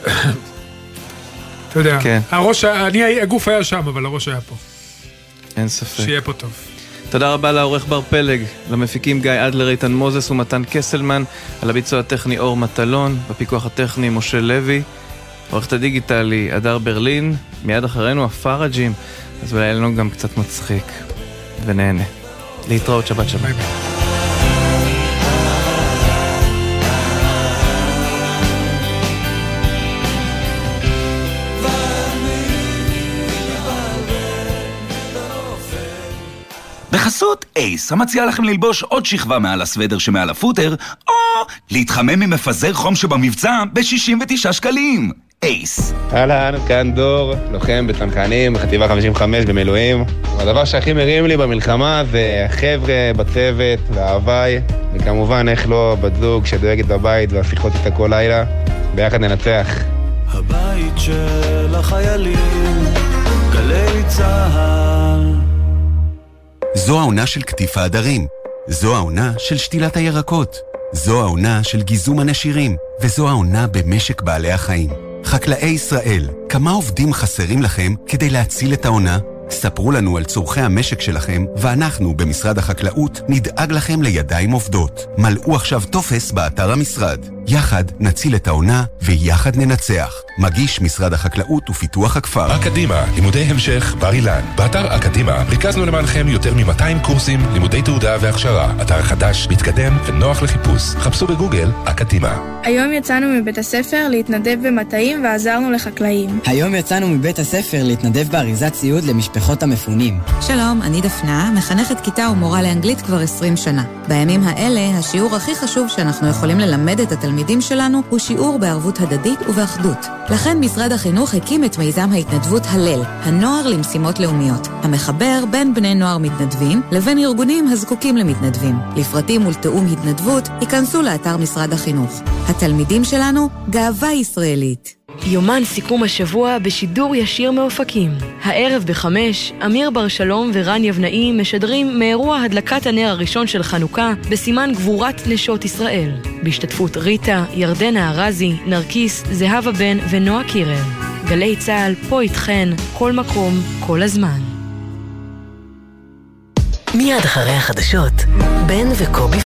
אתה יודע, כן. הראש, אני, הגוף היה שם, אבל הראש היה פה. אין ספק. שיהיה פה טוב. תודה רבה לעורך בר פלג, למפיקים גיא אדלר, איתן מוזס ומתן קסלמן, על הביצוע הטכני אור מטלון, בפיקוח הטכני משה לוי, עורכת הדיגיטלי אדר ברלין, מיד אחרינו הפארג'ים, אז אולי לנו גם קצת מצחיק ונהנה. להתראות, שבת שבת. ביי ביי. בחסות אייס, המציע לכם ללבוש עוד שכבה מעל הסוודר שמעל הפוטר, או להתחמם ממפזר חום שבמבצע ב-שישים ותשעה שקלים. אייס. אהלן, כאן דור, לוחם בצנחנים, בחטיבה חמישים וחמש במילואים. הדבר שהכי מרים לי במלחמה זה החבר'ה בצוות והאהביי, וכמובן איך לא בת זוג שדואגת בבית והשיחות איתה כל לילה. ביחד ננצח. הבית של החיילים, גלי צהל. זו העונה של קטיף העדרים, זו העונה של שתילת הירקות, זו העונה של גיזום הנשירים, וזו העונה במשק בעלי החיים. חקלאי ישראל, כמה עובדים חסרים לכם כדי להציל את העונה? ספרו לנו על צורכי המשק שלכם, ואנחנו במשרד החקלאות נדאג לכם לידיים עובדות. מלאו עכשיו טופס באתר המשרד. יחד נציל את העונה ויחד ננצח. מגיש משרד החקלאות ופיתוח הכפר. אקדימה, לימודי המשך בר אילן. באתר אקדימה ריכזנו למענכם יותר מ-מאתיים קורסים, לימודי תעודה והכשרה. אתר חדש, מתקדם ונוח לחיפוש. חפשו בגוגל אקדימה. היום יצאנו מבית הספר להתנדב במטעים ועזרנו לחקלאים. היום יצאנו מבית הספר להתנדב באריזת ציוד למשפחות המפונים. שלום, אני דפנה, מחנכת כיתה ומורה לאנגלית כבר עשרים שנה. בימים האלה, השיעור הכי חשוב שאנחנו יכולים ללמד את התלמידים שלנו הוא שיעור בערבות הדדית ובאחדות. לכן משרד החינוך הקים את מיזם ההתנדבות הלל, הנוער למשימות לאומיות, המחבר בין בני נוער מתנדבים לבין ארגונים הזקוקים למתנדבים. לפרטים ולתאום התנדבות, ייכנסו לאתר משרד החינוך. התלמידים שלנו, גאווה ישראלית. יומן סיכום השבוע בשידור ישיר מאופקים. הערב בחמש, אמיר בר שלום ורן יבנאי משדרים מאירוע הדלקת הנר הראשון של חנוכה בסימן גבורת נשות ישראל. בהשתתפות ריטה, ירדנה הרזי, נרקיס, זהבה בן ונועה קירל. גלי צהל, פה איתכן, כל מקום, כל הזמן. מיד אחרי החדשות, בן וקובי